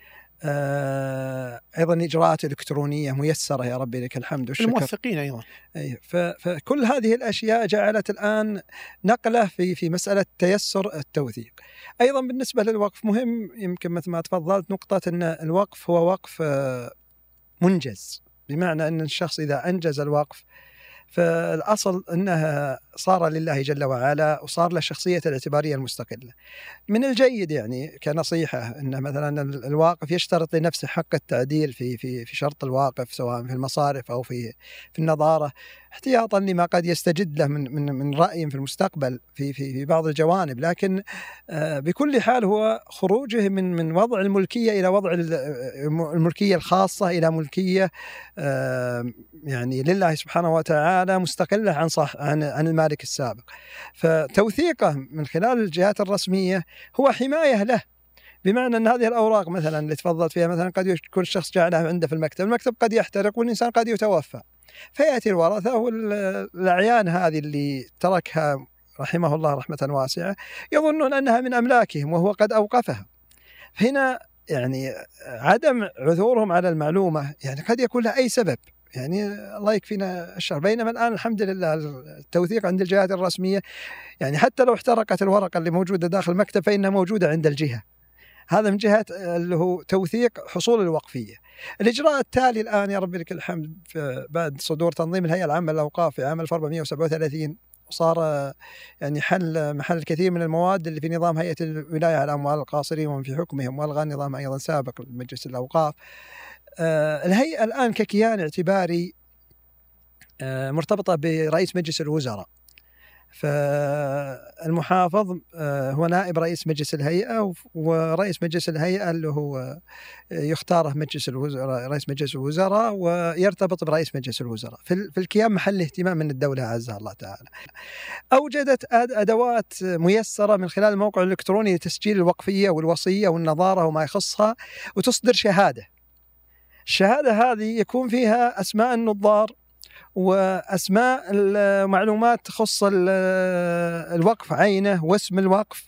آه، أيضا إجراءات إلكترونية ميسرة يا ربي لك الحمد والشكر، الموثقين أيضا. أي فكل هذه الأشياء جعلت الآن نقلة في في مسألة تيسر التوثيق. أيضا بالنسبة للوقف مهم، يمكن مثل ما تفضلت نقطة أن الوقف هو وقف منجز، بمعنى أن الشخص إذا أنجز الوقف فالأصل أنها صار لله جل وعلا وصار له شخصية الاعتبارية المستقلة. من الجيد يعني كنصيحة أن مثلا الواقف يشترط لنفسه حق التعديل في في في شرط الواقف، سواء في المصارف أو في في النظارة، احتياطا لما قد يستجد له من من من رأي في المستقبل في في في بعض الجوانب. لكن بكل حال هو خروجه من من وضع الملكية إلى وضع الملكية الخاصة إلى ملكية يعني لله سبحانه وتعالى مستقلة عن صح عن عن المالك السابق. فتوثيقه من خلال الجهات الرسمية هو حماية له، بمعنى أن هذه الأوراق مثلا اللي تفضلت فيها مثلا قد يكون الشخص جعلها عنده في المكتب، المكتب قد يحترق والإنسان قد يتوفى، فيأتي الورثة والأعيان هذه اللي تركها رحمه الله رحمة واسعة يظنون أنها من أملاكهم وهو قد أوقفها. هنا يعني عدم عثورهم على المعلومة يعني قد يكون لها أي سبب، يعني الله يكفينا الشر. بينما الآن الحمد لله التوثيق عند الجهات الرسمية، يعني حتى لو احترقت الورقة اللي موجودة داخل المكتب فإنها موجودة عند الجهة. هذا من جهة اللي هو توثيق حصول الوقفية. الإجراء التالي الآن يا رب لك الحمد بعد صدور تنظيم الهيئة العامة للأوقاف في عام ألف وأربعمائة وسبعة وثلاثين، وصار يعني حل محل الكثير من المواد اللي في نظام هيئة الولاية على أموال القاصرين ومن في حكمهم، والغى نظام أيضا سابق لمجلس الأوقاف. آه الهيئة الآن ككيان اعتباري آه مرتبطة برئيس مجلس الوزراء، فالمحافظ آه هو نائب رئيس مجلس الهيئة، ورئيس مجلس الهيئة اللي هو يختاره مجلس الوزراء رئيس مجلس الوزراء ويرتبط برئيس مجلس الوزراء. في الكيان محل اهتمام من الدولة عزها الله تعالى. أوجدت أدوات ميسرة من خلال الموقع الإلكتروني لتسجيل الوقفية والوصية والنظارة وما يخصها، وتصدر شهادة. الشهادة هذه يكون فيها أسماء النظار وأسماء المعلومات تخص الوقف عينه واسم الوقف،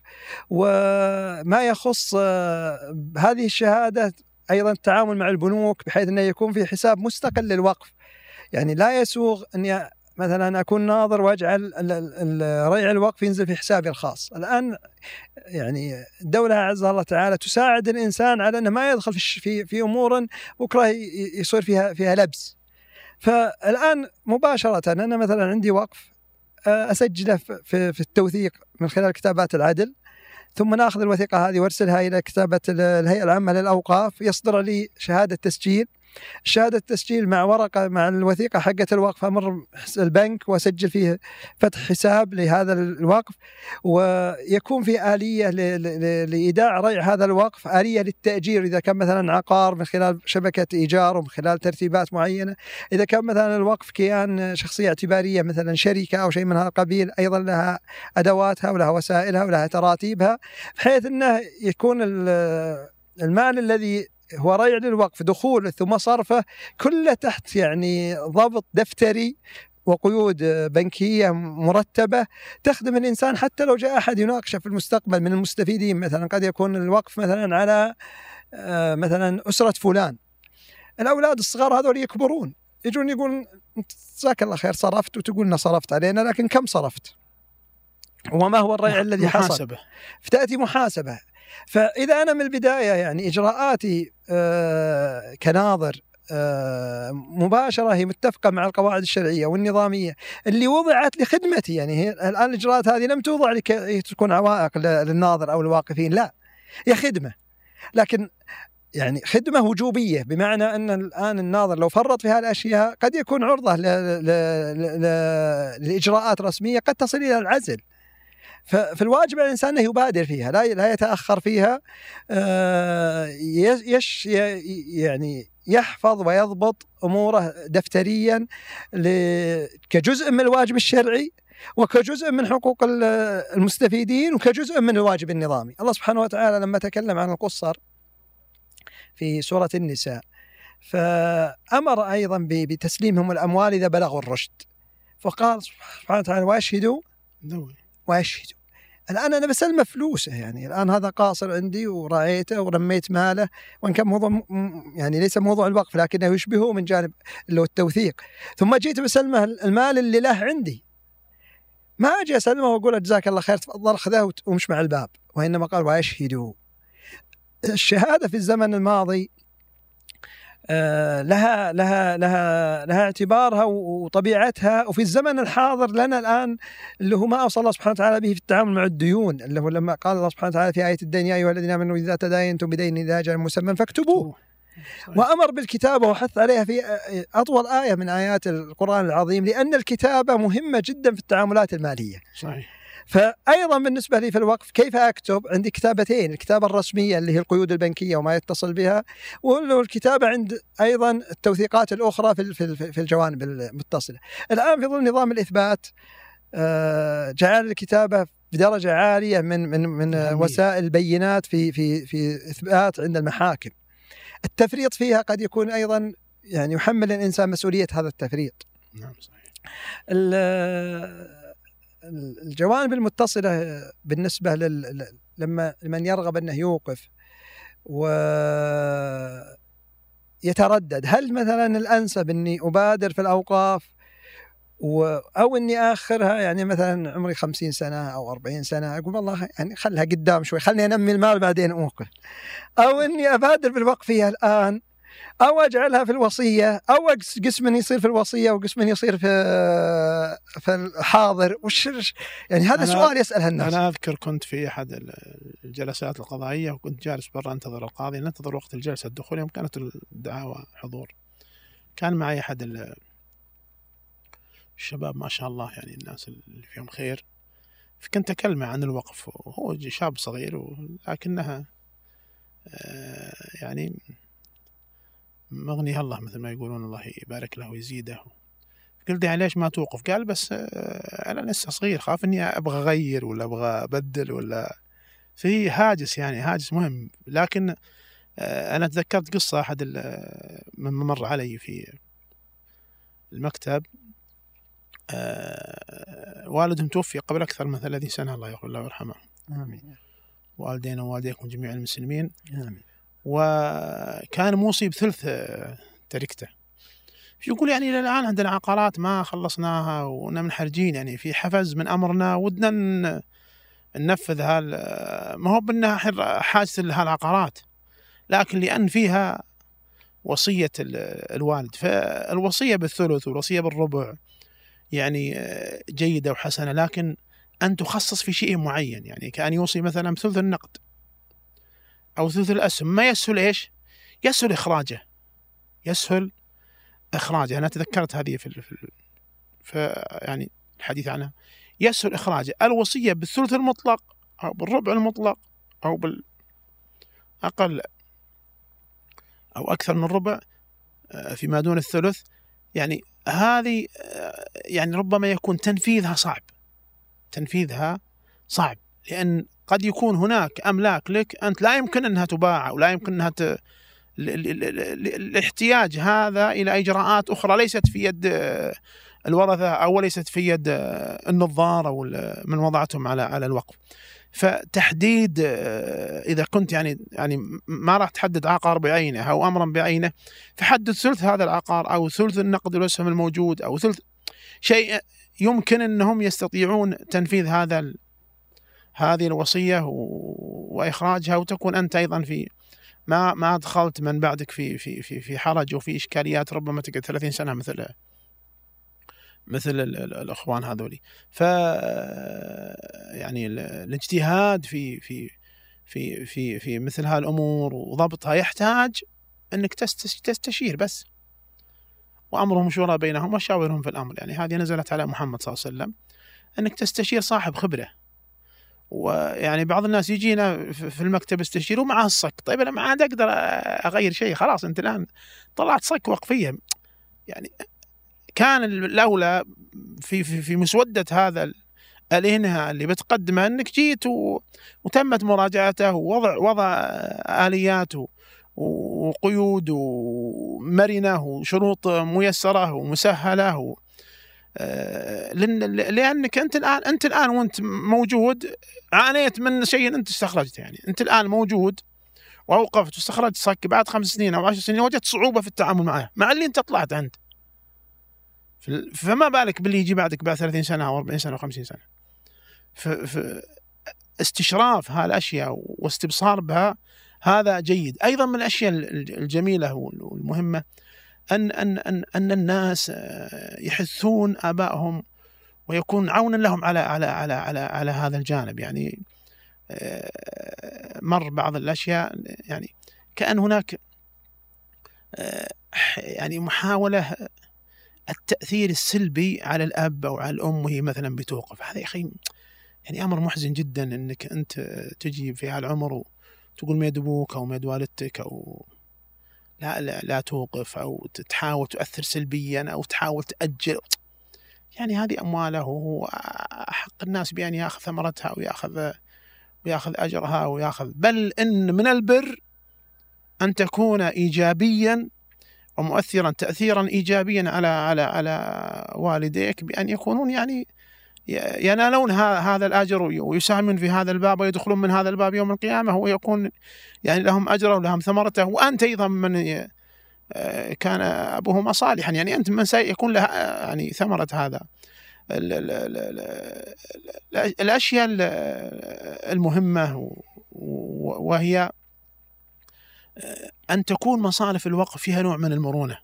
وما يخص هذه الشهادة أيضا التعامل مع البنوك بحيث أنه يكون في حساب مستقل للوقف. يعني لا يسوغ أني مثلا أكون ناظر وأجعل ريع الوقف ينزل في حسابي الخاص. الآن يعني الدولة عز الله تعالى تساعد الإنسان على أنه ما يدخل في في أمور بكرة يصير فيها فيها لبس. فالآن مباشرة أنا مثلا عندي وقف أسجله في في التوثيق من خلال كتابات العدل، ثم ناخذ الوثيقة هذه وارسلها إلى كتابة الهيئة العامة للأوقاف، يصدر لي شهادة تسجيل. شهادة التسجيل مع ورقة مع الوثيقة حقة الوقف أمر البنك وأسجل فيه فتح حساب لهذا الوقف، ويكون في آلية لإيداع ريع هذا الوقف، آلية للتأجير إذا كان مثلا عقار من خلال شبكة إيجار ومن خلال ترتيبات معينة، إذا كان مثلا الوقف كيان شخصية اعتبارية مثلا شركة أو شيء من هذا القبيل أيضا لها أدواتها ولها وسائلها ولها تراتيبها، بحيث أنه يكون المال الذي هو ريع للوقف دخوله ثم صرفه كله تحت يعني ضبط دفتري وقيود بنكية مرتبة تخدم الإنسان. حتى لو جاء أحد يناقشه في المستقبل من المستفيدين، مثلا قد يكون الوقف مثلا على مثلا أسرة فلان، الأولاد الصغار هذول يكبرون يجون يقول جزاك الله خير صرفت، وتقول لنا صرفت علينا لكن كم صرفت وما هو الريع الذي حصل، فتأتي محاسبة. فإذا أنا من البداية يعني إجراءاتي آه كناظر آه مباشرة هي متفقة مع القواعد الشرعية والنظامية اللي وضعت لخدمتي، يعني هي الآن الإجراءات هذه لم توضع لكي تكون عوائق للناظر أو الواقفين، لا هي خدمة، لكن يعني خدمة وجوبية، بمعنى أن الآن الناظر لو فرط في هذه الأشياء قد يكون عرضة لإجراءات رسمية قد تصل إلى العزل. فالواجب على الإنسان أنه يبادر فيها، لا لا يتأخر فيها، يش يعني يحفظ ويضبط أموره دفتريا كجزء من الواجب الشرعي وكجزء من حقوق المستفيدين وكجزء من الواجب النظامي. الله سبحانه وتعالى لما تكلم عن القصر في سورة النساء فأمر أيضا بتسليمهم الأموال إذا بلغوا الرشد، فقال سبحانه وتعالى وأشهدوا وأشهدوا. الآن أنا بسلمه فلوسه، يعني الآن هذا قاصر عندي ورعيته ورميت ماله، وإن كان موضوع يعني ليس موضوع الوقف لكنه يشبهه من جانب اللي هو التوثيق، ثم جيت بسلمه المال اللي له عندي، ما أجي أسلمه وأقول جزاك الله خير تفضل خذه ومش مع الباب، وإنما قال وأشهدوا. الشهادة في الزمن الماضي لها لها لها لها اعتبارها وطبيعتها، وفي الزمن الحاضر لنا الآن اللي هو ما أوصى الله سبحانه وتعالى به في التعامل مع الديون، اللي هو لما قال الله سبحانه وتعالى في آية الدين يا أيها الذين آمنوا إذا تداينتم بدين إلى أجل مسمى فاكتبوه، وأمر بالكتابة وحث عليها في أطول آية من آيات القرآن العظيم، لأن الكتابة مهمة جدا في التعاملات المالية. صحيح. فأيضا بالنسبة لي في الوقف كيف أكتب؟ عندي كتابتين، الكتابة الرسمية اللي هي القيود البنكية وما يتصل بها، والكتابة عند أيضا التوثيقات الأخرى في في الجوانب المتصلة. الآن في ظل نظام الإثبات جعل الكتابة بدرجة عالية من من من وسائل البينات في في في إثبات عند المحاكم. التفريط فيها قد يكون أيضا يعني يحمل الإنسان مسؤولية هذا التفريط. نعم صحيح. الجوانب المتصلة بالنسبة لل... لما لمن يرغب أنه يوقف ويعني يتردد، هل مثلا الأنسب أني أبادر في الأوقاف و... أو أني آخرها؟ يعني مثلا عمري خمسين سنة أو أربعين سنة، أقول والله يعني خلها قدام شوي، خلني أنمي المال بعدين أوقف، أو أني أبادر بالوقف فيها الآن، أو أجعلها في الوصية، أو قسم يصير في الوصية وقسم يصير في في الحاضر. وش يعني هذا سؤال يسألها الناس. أنا أذكر كنت في أحد الجلسات القضائية وكنت جالس برا أنتظر القاضي، ننتظر وقت الجلسة الدخول، يوم كانت الدعاوى حضور، كان معي أحد الشباب ما شاء الله يعني الناس اللي فيهم خير، فكنت أكلمه عن الوقف، وهو شاب صغير لكنها يعني مغنيها الله مثل ما يقولون، الله يبارك له ويزيده. قلت يعني ليش ما توقف؟ قال بس أنا لسه صغير، خاف إني أبغى أغير ولا أبغى أبدل، ولا في هاجس يعني هاجس مهم. لكن أنا تذكرت قصة أحد مما مر علي في المكتب، والدهم توفي قبل أكثر من ثلاثين سنة، الله يغفر له ويرحمه. آمين. والدينا ووالديكم جميع المسلمين. آمين. وكان موصي بثلث تركته. يقول يعني إلى الآن عندنا عقارات ما خلصناها ونا منحرجين، يعني في حفز من أمرنا ودنا ننفذ هال، ما هو بأنها حاجة لهالعقارات، لكن لأن فيها وصية الوالد، فالوصية بالثلث والوصية بالربع يعني جيدة وحسنة، لكن أن تخصص في شيء معين، يعني كأن يوصي مثلا بثلث النقد أو ثلث الأسهم، ما يسهل إيش؟ يسهل إخراجه، يسهل إخراجه. أنا تذكرت هذه في في, في يعني الحديث عنها، يسهل إخراجه. الوصية بالثلث المطلق أو بالربع المطلق أو بالأقل أو أكثر من الربع فيما دون الثلث، يعني هذه يعني ربما يكون تنفيذها صعب، تنفيذها صعب، لأن قد يكون هناك أملاك لك أنت لا يمكن أنها تباع ولا يمكن أنها ت... الاحتياج هذا إلى إجراءات أخرى ليست في يد الورثة أو ليست في يد النظار أو من وضعتهم على على الوقف. فتحديد إذا كنت يعني يعني ما راح تحدد عقار بعينه أو أمرا بعينه، فحدد ثلث هذا العقار أو ثلث النقد والأسهم الموجود أو ثلث شيء يمكن أنهم يستطيعون تنفيذ هذا هذه الوصية وإخراجها، وتكون أنت أيضا في ما ما دخلت من بعدك في في في في حرج وفي إشكاليات ربما تقعد ثلاثين سنة مثل مثل الأخوان هذولي. ف يعني الاجتهاد في في في في في مثل هالأمور وضبطها يحتاج أنك تستشير بس، وأمرهم شورى بينهم وشاورهم في الأمر. يعني هذه نزلت على محمد صلى الله عليه وسلم، أنك تستشير صاحب خبرة. ويعني بعض الناس يجينا في المكتب استشير ومعه الصك، طيب أنا ما عاد أقدر أغير شيء، خلاص أنت الآن طلعت صك وقفية. يعني كان الأولى في في في مسودة هذا الإنهاء اللي بتقدمه أنك جيت وتمت مراجعته ووضع وضع آليات وقيود ومرنة وشروط ميسرة ومسهلة، لأنك أنت الآن أنت الآن وأنت موجود عانيت من شيء أنت استخرجته. يعني أنت الآن موجود وأوقفت واستخرجت صك، بعد خمس سنين أو عشر سنين وجدت صعوبة في التعامل معه مع اللي أنت طلعت عنده، فما بالك باللي يجي بعدك بعد ثلاثين سنة أو أربعين سنة أو خمسين سنة. فاستشراف هالأشياء واستبصار بها هذا جيد. أيضا من الأشياء الجميلة والمهمة أن أن أن أن الناس يحثون آبائهم ويكون عونا لهم على على على على على هذا الجانب. يعني مر بعض الأشياء يعني كأن هناك يعني محاولة التأثير السلبي على الأب أو على الأم وهي مثلا بتوقف. هذا يا أخي يعني أمر محزن جدا، أنك أنت تجي في هالعمر وتقول ميد أبوك أو ميد والدتك أو لا لا لا توقف، أو تحاول تؤثر سلبيا أو تحاول تأجل. يعني هذه أمواله وهو حق الناس بأن يأخذ ثمرتها ويأخذ ويأخذ أجرها ويأخذ. بل إن من البر أن تكون إيجابيا ومؤثرا تأثيرا إيجابيا على على على والديك، بأن يكونون يعني ينالون هذا الأجر ويساهمون في هذا الباب ويدخلون من هذا الباب يوم القيامة، ويكون يعني لهم أجره ولهم ثمرته، وأنت أيضا من كان أبوهما صالحا، يعني أنت من سيكون له يعني ثمرة هذا. ال ال ال ال الأشياء المهمة وهي أن تكون مصارف الوقف فيها نوع من المرونة،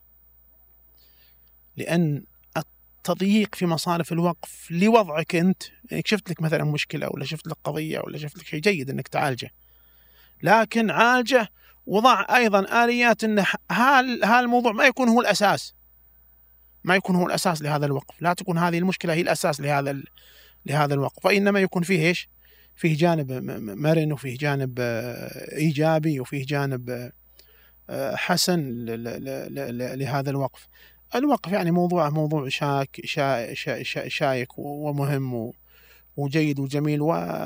لأن التضييق في مصارف الوقف لوضعك أنت، يعني شفت لك مثلا مشكلة ولا شفت لك قضية ولا شفت لك شيء، جيد أنك تعالجه، لكن عالجه وضع أيضا آليات أن هذا الموضوع ما يكون هو الأساس، ما يكون هو الأساس لهذا الوقف، لا تكون هذه المشكلة هي الأساس لهذا لهذا الوقف، وإنما يكون فيه إيش؟ فيه جانب مرن، وفيه جانب إيجابي، وفيه جانب حسن لهذا الوقف. الوقف يعني موضوع موضوع شاك شا شا شا شايك ومهم وجيد وجميل،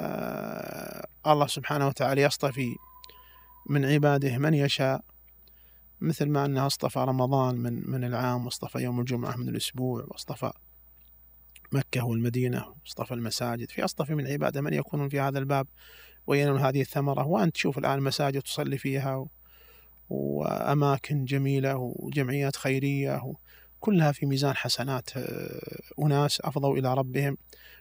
والله سبحانه وتعالى يصطفي من عباده من يشاء، مثل ما أنه اصطفى رمضان من من العام، واصطفى يوم الجمعة من الأسبوع، واصطفى مكة والمدينة، واصطفى المساجد، في اصطفي من عباده من يكونون في هذا الباب وينالون هذه الثمرة. وأنت تشوف الآن مساجد تصلي فيها وأماكن جميلة وجمعيات خيرية كلها في ميزان حسنات أناس أفضوا إلى ربهم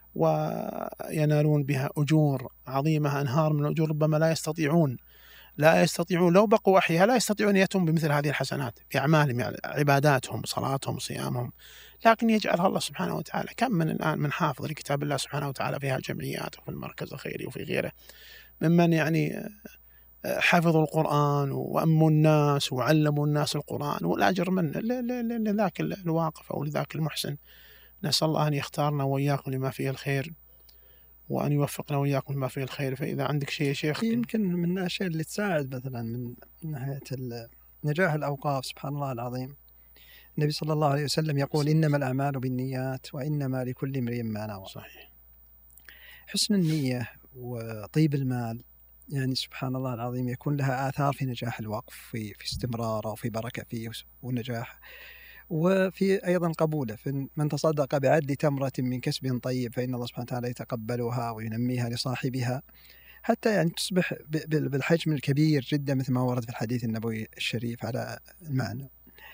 وينالون بها أجور عظيمة، أنهار من الأجور ربما لا يستطيعون لا يستطيعون لو بقوا أحياء لا يستطيعون يأتون بمثل هذه الحسنات في أعمالهم، يعني عباداتهم، صلاتهم، صيامهم، لكن يجعلها الله سبحانه وتعالى. كم من الآن من حافظ لكتاب الله سبحانه وتعالى فيها جمعيات وفي المركز الخيري وفي غيره، ممن يعني حفظوا القرآن وأموا الناس وعلموا الناس القرآن، والأجر من لذاك الواقف أو لذاك المحسن. نسأل الله أن يختارنا وإياكم لما فيه الخير، وأن يوفقنا وإياكم لما فيه الخير. فإذا عندك شيء يا شيخ. يمكن من الأشياء اللي تساعد مثلا من ناحية نجاح الأوقاف، سبحان الله العظيم، النبي صلى الله عليه وسلم يقول إنما الأعمال بالنيات وإنما لكل امرئ ما نوى. صحيح. حسن النية وطيب المال يعني سبحان الله العظيم يكون لها آثار في نجاح الوقف، في في استمراره وفي بركة فيه ونجاح، وفي أيضا قبوله. من تصدق بعدل تمرة من كسب طيب فإن الله سبحانه وتعالى يتقبلها وينميها لصاحبها حتى يعني تصبح بالحجم الكبير جدا مثل ما ورد في الحديث النبوي الشريف على المعنى.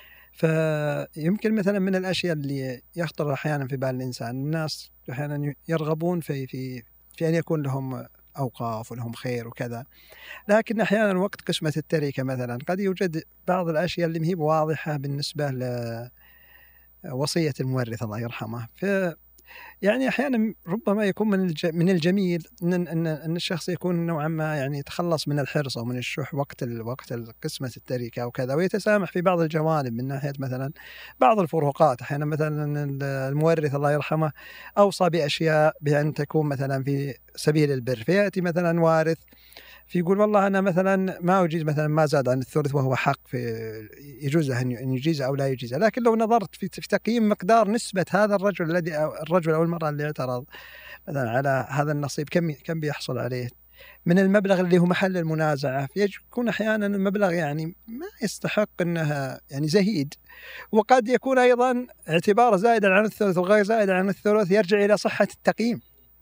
فيمكن مثلا من الأشياء اللي يخطر أحيانا في بال الإنسان، الناس أحيانا يرغبون في في في أن يكون لهم أوقاف ولهم خير وكذا، لكن أحيانا وقت قسمة التركة مثلا قد يوجد بعض الأشياء اللي هي واضحة بالنسبة لوصية المورث الله يرحمه. ف يعني أحيانا ربما يكون من من الجميل أن أن أن الشخص يكون نوعا ما يعني يتخلص من الحرص أو من الشح وقت وقت قسمة التركة أو كذا، ويتسامح في بعض الجوانب من ناحية مثلا بعض الفروقات. أحيانا مثلا المورث الله يرحمه أوصى بأشياء بأن تكون مثلا في سبيل البر، فيأتي مثلا وارث فيقول والله أنا مثلا ما أجيز مثلا ما زاد عن الثلث وهو حق، في يجوز له أن يجيزه أو لا يجيزه، لكن لو نظرت في تقييم مقدار نسبة هذا الرجل الذي الرجل أو المرأة اللي اعترض مثلا على هذا النصيب كم كم بيحصل عليه من المبلغ اللي هو محل المنازعة، يكون أحيانا المبلغ يعني ما يستحق أنها يعني زهيد، وقد يكون أيضا اعتباره زائدا عن الثلث وغير زائد عن الثلث يرجع إلى صحة التقييم.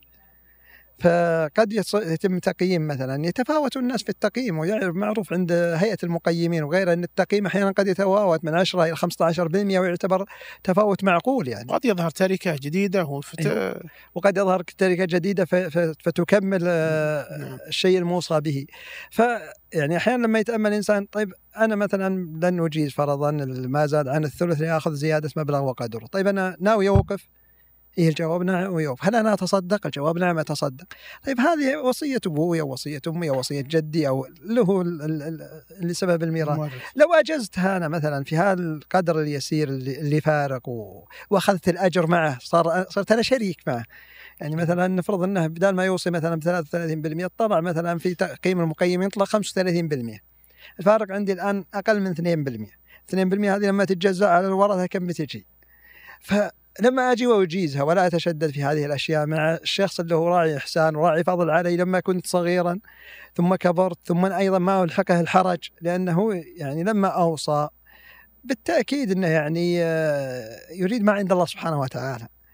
فقد يتم تقييم مثلا يتفاوت الناس في التقييم، ومعروف عند هيئة المقيمين وغيرها أن التقييم أحيانا قد يتفاوت من عشرة إلى خمسة عشر بالمئة ويعتبر تفاوت معقول يعني. قد يظهر تركة جديدة وفت... وقد يظهر تركة جديدة فتكمل الشيء الموصى به. فيعني أحيانا لما يتأمل الإنسان طيب أنا مثلا لن أجيز فرضا ما زاد عن الثلث لأخذ زيادة مبلغ وقدره، طيب أنا ناوي أوقف، إيه الجواب نعم ويوف. هل أنا أتصدق؟ الجواب نعم أتصدق. طيب هذه وصية أبوي أو وصية أمي أو وصية جدي أو له لسبب الميراث، لو أجزتها أنا مثلا في هذا القدر اليسير اللي فارق وأخذت الأجر معه صار صرت أنا شريك معه. يعني مثلا نفرض أنه بدال ما يوصي مثلا بثلاثة وثلاثين بالمئة طلع مثلا في تقييم المقيمين طلع خمسة وثلاثين بالمئة، الفارق عندي الآن أقل من اثنين بالمئة. اثنين بالمئة هذه لما تتجزأ على الورثة كم بتجي؟ ف لما أجي وأجيزها ولا أتشدد في هذه الأشياء مع الشخص اللي هو راعي إحسان وراعي فضل علي لما كنت صغيرا ثم كبرت ثم أيضا ما ألحقه الحرج، لأنه يعني لما أوصى بالتأكيد أنه يعني يريد ما عند الله سبحانه وتعالى.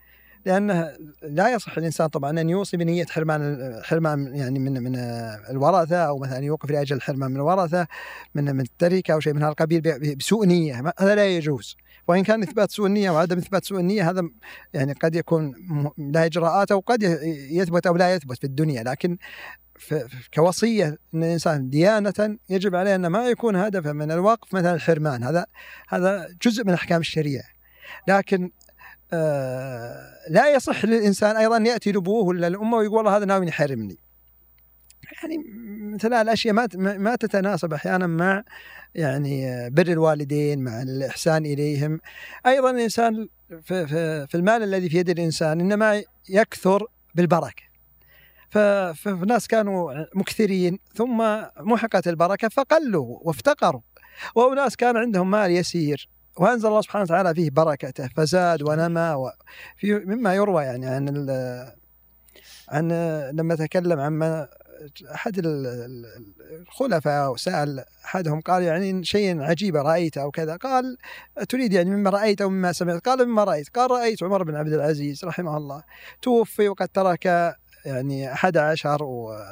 لأنه لا يصح الإنسان طبعا أن يوصي بنية حرمان حرمان يعني من من الورثة، أو مثلا يوقف لأجل الحرمان من الورثة من من التركة أو شيء من هذا القبيل بسوء نية، هذا لا يجوز. وإن كان إثبات سوء النية وعدم إثبات سوء النية هذا يعني قد يكون لا إجراءات أو قد يثبت أو لا يثبت في الدنيا، لكن كوصية أن الإنسان ديانة يجب عليه أن ما يكون هدفه من الوقف مثلا الحرمان، هذا هذا جزء من أحكام الشريعة. لكن آه لا يصح للإنسان أيضا يأتي الأبوه ولا الأمة ويقول والله هذا ناوي يحرمني. يعني مثل الأشياء ما ما تتناسب أحيانا مع يعني بر الوالدين، مع الإحسان إليهم. أيضا الإنسان في, في, في المال الذي في يد الإنسان إنما يكثر بالبركة، فالناس كانوا مكثرين ثم محقت البركة فقلوا وافتقروا، وأناس كان عندهم مال يسير وأنزل الله سبحانه وتعالى فيه بركته فزاد ونمى. وفي مما يروى يعني عن عن لما تكلم عن أحد الخلفاء وسأل أحدهم قال يعني شيء عجيب رأيته أو كذا، قال تريد يعني مما رأيت أو مما سمعت؟ قال مما رأيت. قال رأيت عمر بن عبد العزيز رحمه الله توفي وقد ترك يعني أحد عشر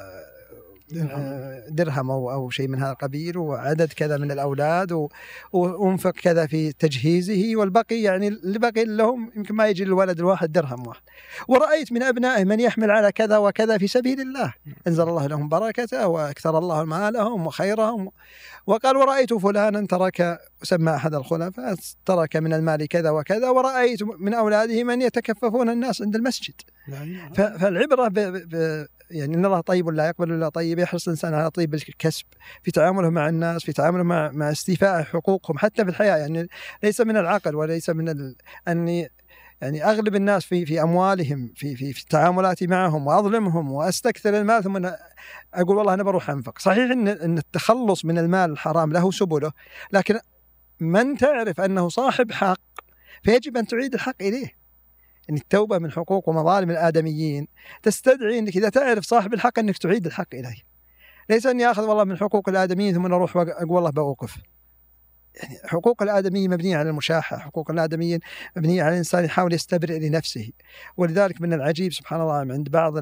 درهم أو أو شيء من هذا القبيل، وعدد كذا من الأولاد، وأنفق كذا في تجهيزه، والبقي يعني اللي بقي لهم يمكن ما يجي الولد الواحد درهم واحد. ورأيت من أبنائه من يحمل على كذا وكذا في سبيل الله، أنزل الله لهم بركته وأكثر الله مالهم وخيرهم. وقال ورأيت فلانا ترك، سمى أحد الخلفاء، ترك من المال كذا وكذا، ورأيت من أولاده من يتكففون الناس عند المسجد. فالعبرة ب ب يعني إن الله طيب لا يقبل إلا طيب، يحرص الإنسان على طيب الكسب في تعامله مع الناس، في تعامله مع مع استيفاء حقوقهم حتى في الحياة. يعني ليس من العقل وليس من ال... أني يعني أغلب الناس في في أموالهم في في في تعاملاتي معهم وأظلمهم وأستكثر المال ثم أقول والله أنا بروح أنفق. صحيح إن إن التخلص من المال الحرام له سبله، لكن من تعرف أنه صاحب حق فيجب أن تعيد الحق إليه. إن التوبة من حقوق ومظالم الآدميين تستدعي أنك إذا تعرف صاحب الحق أنك تعيد الحق إليه، ليس أني أخذ والله من حقوق الآدميين ثم أروح وأقول والله بوقف. يعني حقوق الآدميين مبنية على المشاحة، حقوق الآدميين مبنية على الإنسان يحاول يستبرئ لنفسه. ولذلك من العجيب سبحان الله عند بعض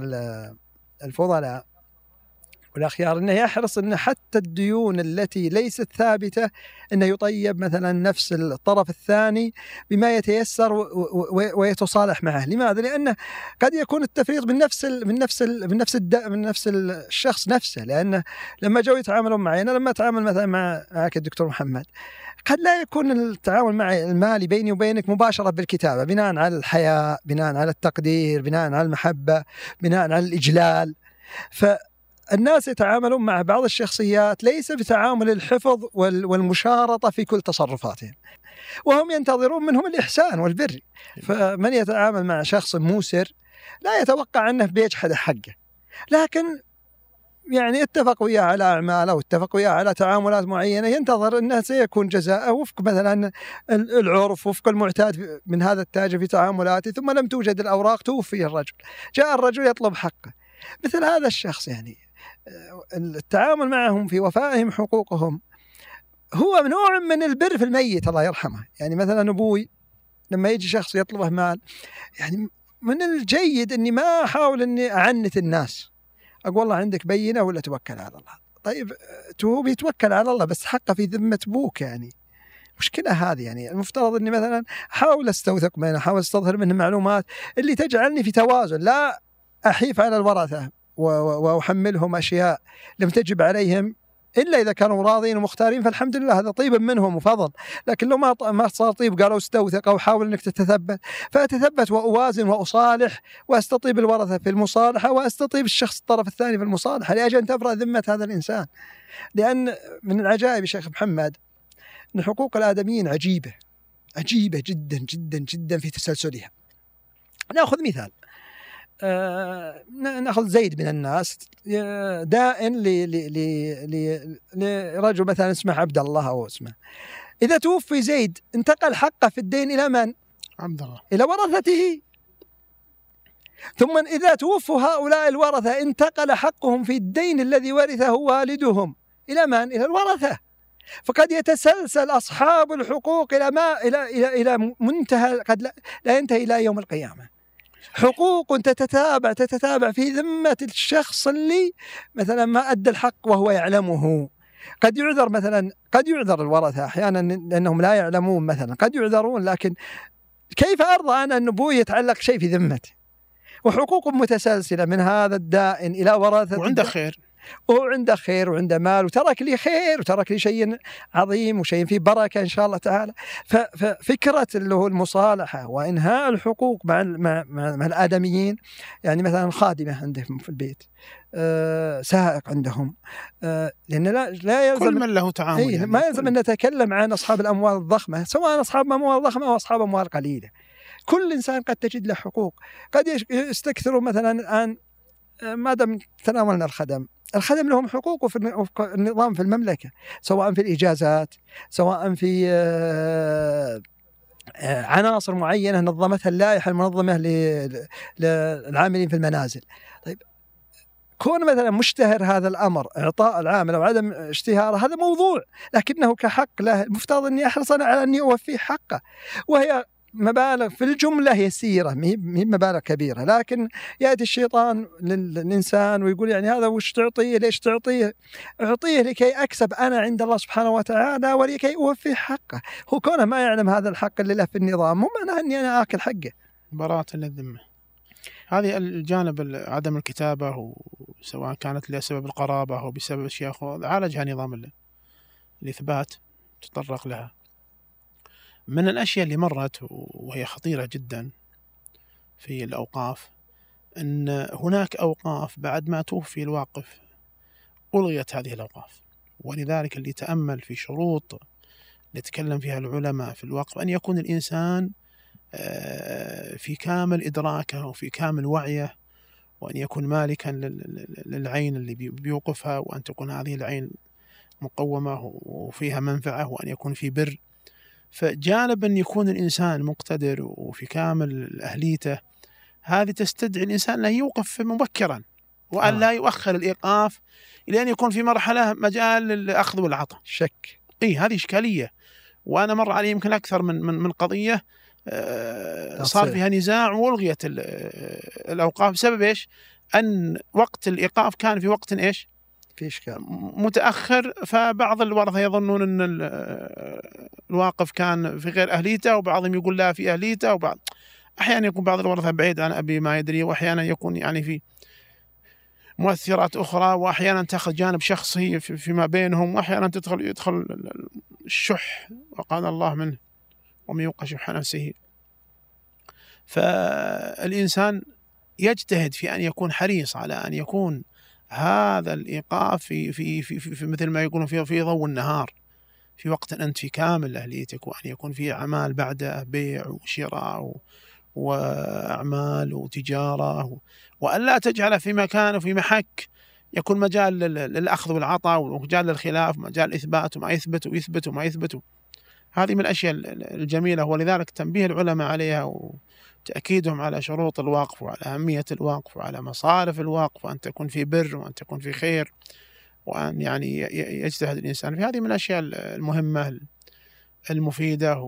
الفضلاء والأخيار أنه يحرص أن حتى الديون التي ليست ثابتة أنه يطيب مثلا نفس الطرف الثاني بما يتيسر ويتصالح معه. لماذا؟ لأنه قد يكون التفريط من نفس ال من نفس ال من نفس من نفس الشخص نفسه. لأنه لما جو يتعاملون معي أنا، لما أتعامل مثلا مع معك الدكتور محمد، قد لا يكون التعامل معي المالي بيني وبينك مباشرة بالكتابة، بناء على الحياء، بناء على التقدير، بناء على المحبة، بناء على الإجلال. ف الناس يتعاملون مع بعض الشخصيات ليس بتعامل الحفظ والمشارطة في كل تصرفاتهم، وهم ينتظرون منهم الإحسان والبر. فمن يتعامل مع شخص موسر لا يتوقع أنه بيجحد حقه، لكن يعني اتفق وياه على أعمال أو اتفق وياه على تعاملات معينة، ينتظر أنه سيكون جزاءه وفق مثلا العرف، وفق المعتاد من هذا التاجر في تعاملاته. ثم لم توجد الأوراق توفي الرجل، جاء الرجل يطلب حقه. مثل هذا الشخص يعني التعامل معهم في وفائهم حقوقهم هو نوع من البر في الميت الله يرحمه. يعني مثلا أبوي لما يجي شخص يطلبه مال، يعني من الجيد أني ما أحاول أني أعنت الناس، أقول والله عندك بينة ولا توكل على الله. طيب هو بيتوكل على الله بس حقه في ذمة أبوك، يعني مشكلة هذه. يعني المفترض أني مثلا أحاول أستوثق منه، أحاول أستظهر منه معلومات اللي تجعلني في توازن، لا أحيف على الورثة وأحملهم أشياء لم تجب عليهم إلا إذا كانوا راضين ومختارين، فالحمد لله هذا طيب منهم وفضل. لكن لو ما ما صار طيب قالوا استوثق أو حاول أنك تتثبت، فأتثبت وأوازن وأصالح وأستطيب الورثة في المصالحة وأستطيب الشخص الطرف الثاني في المصالحة لأجل أن تبرأ ذمة هذا الإنسان. لأن من العجائب شيخ محمد أن حقوق الآدميين عجيبة عجيبة جدا جدا جدا في تسلسلها. نأخذ مثال، آه نأخذ زيد من الناس دائن لرجل مثلا اسمه عبد الله أو اسمه، إذا توفي زيد انتقل حقه في الدين إلى من؟ عبد الله، إلى ورثته. ثم إذا توفوا هؤلاء الورثة انتقل حقهم في الدين الذي ورثه والدهم إلى من؟ إلى الورثة. فقد يتسلسل أصحاب الحقوق إلى ما إلى إلى إلى منتهى قد لا, لا ينتهي إلى يوم القيامة. حقوق تتتابع تتتابع في ذمة الشخص اللي مثلا ما أدى الحق وهو يعلمه. قد يعذر مثلا، قد يعذر الورثة أحيانا لأنهم لا يعلمون مثلا، قد يعذرون، لكن كيف أرضى أنا أن أبوي يتعلق شيء في ذمتي؟ وحقوق متسلسلة من هذا الدائن إلى ورثة، وعنده خير وعنده خير وعنده مال وترك لي خير وترك لي شيء عظيم وشيء فيه بركة إن شاء الله تعالى. ففكرة اللي هو المصالحة وإنهاء الحقوق مع مع مع الآدميين، يعني مثلا خادمة عندهم في البيت، أه سائق عندهم، أه لأن لا لا يلزم كل من له تعامل، يعني ما يلزم أن نتكلم عن أصحاب الأموال الضخمة، سواء أصحاب أموال ضخمة أو أصحاب أموال قليلة. كل إنسان قد تجد له حقوق. قد يستكثروا مثلا الآن، ما دام تناولنا الخدم، الخدم لهم حقوق في النظام في المملكة، سواء في الإجازات، سواء في عناصر معينة نظمتها اللائحة المنظمة للعاملين في المنازل. طيب كون مثلا مشتهر هذا الأمر، إعطاء العامل أو عدم اشتهاره، هذا موضوع، لكنه كحق له المفترض أني أحرص على أني أوفيه حقه، وهي مبالغ في الجملة يسيرة، مهي مبالغ كبيرة، لكن يأتي الشيطان للإنسان ويقول يعني هذا وش تعطيه، ليش تعطيه؟ أعطيه لكي أكسب أنا عند الله سبحانه وتعالى ولكي أوفيه حقه. هو كونه ما يعلم هذا الحق اللي له في النظام مو معناه أني أنا آكل حقه. براءة للذمة. هذه الجانب عدم الكتابة، سواء كانت لسبب القرابة أو بسبب أشياء أخرى، عالجها نظام الإثبات، تطرق لها. من الأشياء اللي مرت وهي خطيرة جدا في الأوقاف، أن هناك أوقاف بعد ما توفي الواقف ألغيت هذه الأوقاف. ولذلك اللي تأمل في شروط نتكلم فيها العلماء في الوقف، أن يكون الإنسان في كامل إدراكه وفي كامل وعيه، وأن يكون مالكا للعين اللي بيوقفها، وأن تكون هذه العين مقومة وفيها منفعة، وأن يكون في بر. فجانب أن يكون الإنسان مقتدر وفي كامل أهليته، هذه تستدعي الإنسان أن يوقف مبكرا، وأن آه. لا يؤخر الإيقاف إلى أن يكون في مرحلة مجال الأخذ والعطاء. شك إيه، هذه إشكالية. وأنا مر علي يمكن أكثر من من من قضية آه صار فيها نزاع وألغيت الأوقاف بسبب إيش؟ أن وقت الإيقاف كان في وقت إيش؟ في إشكال متأخر، فبعض الورثة يظنون أن الواقف كان في غير أهليته، وبعضهم يقول لا في أهليته، وبعض أحيانا يكون بعض الورثة بعيد عن أبي ما يدري، وأحيانا يكون يعني في مؤثرات أخرى، وأحيانا تأخذ جانب شخصي فيما بينهم، وأحيانا تدخل يدخل الشح، وقال الله منه ومن يوق شح نفسه. فالإنسان يجتهد في أن يكون حريص على أن يكون هذا الإيقاف في في في, في, في مثل ما يقولون في في ضوء النهار، في وقت أنت في كامل أهليتك، وأن يكون في أعمال بعده، بيع وشراء وأعمال وتجارة، وأن لا تجعل في مكان وفي محك يكون مجال للأخذ والعطاء، ومجال للخلاف، ومجال الإثبات، وما يثبت ويثبت وما يثبت. هذه من الأشياء الجميلة، ولذلك تنبيه العلماء عليها وتأكيدهم على شروط الوقف وعلى أهمية الوقف وعلى مصارف الوقف، وأن تكون في بر وأن تكون في خير، وأن يعني يجتهد الإنسان في هذه من الأشياء المهمة المفيدة،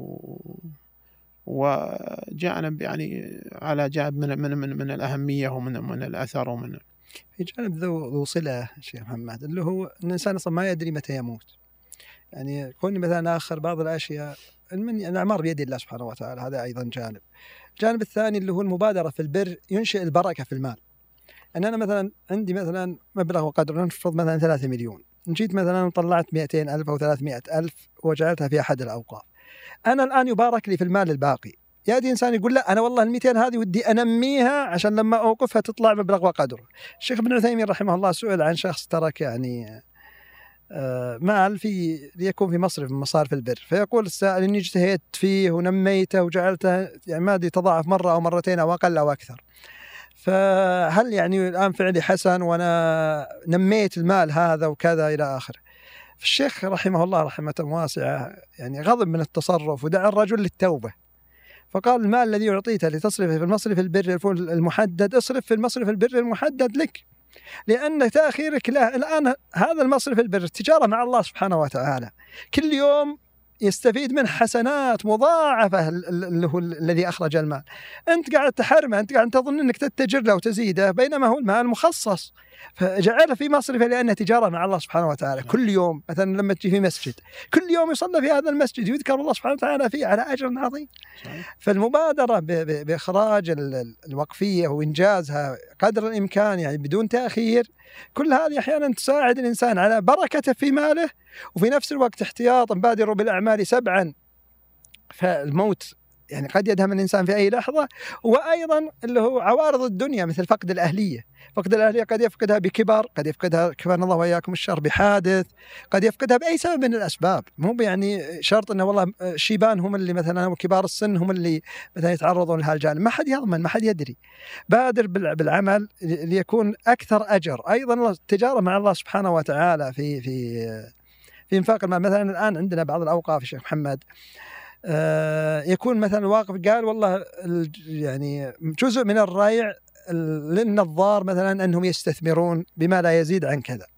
وجانب يعني على جانب من من من, من الأهمية ومن من الأثر، ومن في جانب ذو ذو صلة شيخ محمد، اللي هو أن الإنسان أصلا ما يدري متى يموت. يعني كوني مثلا آخر بعض الأشياء، من الأعمار بيد الله سبحانه وتعالى، هذا أيضا جانب. الجانب الثاني اللي هو المبادرة في البر ينشئ البركة في المال. أن أنا مثلا عندي مثلا مبلغ وقدر، نفرض مثلا ثلاثة مليون، جيت مثلا طلعت مئتين ألف أو ثلاثمائة ألف وجعلتها في أحد الأوقاف، أنا الآن يبارك لي في المال الباقي. يأتي إنسان يقول لا، أنا والله المئتين هذه ودي أنميها عشان لما أوقفها تطلع مبلغ وقدره. الشيخ ابن عثيمين رحمه الله سئل عن شخص ترك يعني مال في ليكون في مصرف من مصارف البر، فيقول السائل إني اجتهدت فيه ونميته وجعلته يعني مادي تضاعف مرة أو مرتين أو أقل أو أكثر، فهل يعني الآن فعلي حسن وأنا نميت المال هذا وكذا إلى آخره؟ فالشيخ رحمه الله رحمة واسعة يعني غضب من التصرف ودعا الرجل للتوبة، فقال المال الذي أعطيته لتصرفه في المصرف البر المحدد اصرف في المصرف البر المحدد لك، لأن تأخيرك له الآن هذا المصرف البر التجارة مع الله سبحانه وتعالى. كل يوم يستفيد من حسنات مضاعفة اللي هو الذي أخرج المال. أنت قاعد تحرمه، أنت قاعد تظن أنك تتجر له وتزيده، بينما هو المال مخصص، فجعله في مصرفه لأنه تجارة مع الله سبحانه وتعالى. كل يوم مثلا لما تجي في مسجد، كل يوم يصلى في هذا المسجد يذكر الله سبحانه وتعالى فيه على أجر عظيم. فالمبادرة بإخراج الوقفية وإنجازها قدر الإمكان يعني بدون تأخير، كل هذه أحيانا تساعد الإنسان على بركته في ماله، وفي نفس الوقت احتياطا بادروا بالأعمال سبعا، فالموت يعني قد يدهم الإنسان في أي لحظة. وأيضا اللي هو عوارض الدنيا مثل فقد الأهلية، فقد الأهلية قد يفقدها بكبر، قد يفقدها كفانا الله وإياكم الشر بحادث، قد يفقدها بأي سبب من الأسباب. مو يعني شرط أنه والله الشيبان هم اللي مثلا وكبار السن هم اللي مثلا يتعرضون لهالجانب، ما حد يضمن، ما حد يدري. بادر بالعمل ليكون أكثر أجر. أيضا التجارة مع الله سبحانه وتعالى في في في إنفاق المال. مثلا الآن عندنا بعض الأوقاف يا شيخ محمد يكون مثلا الواقف قال والله يعني جزء من الريع للنظار مثلا أنهم يستثمرون بما لا يزيد عن كذا.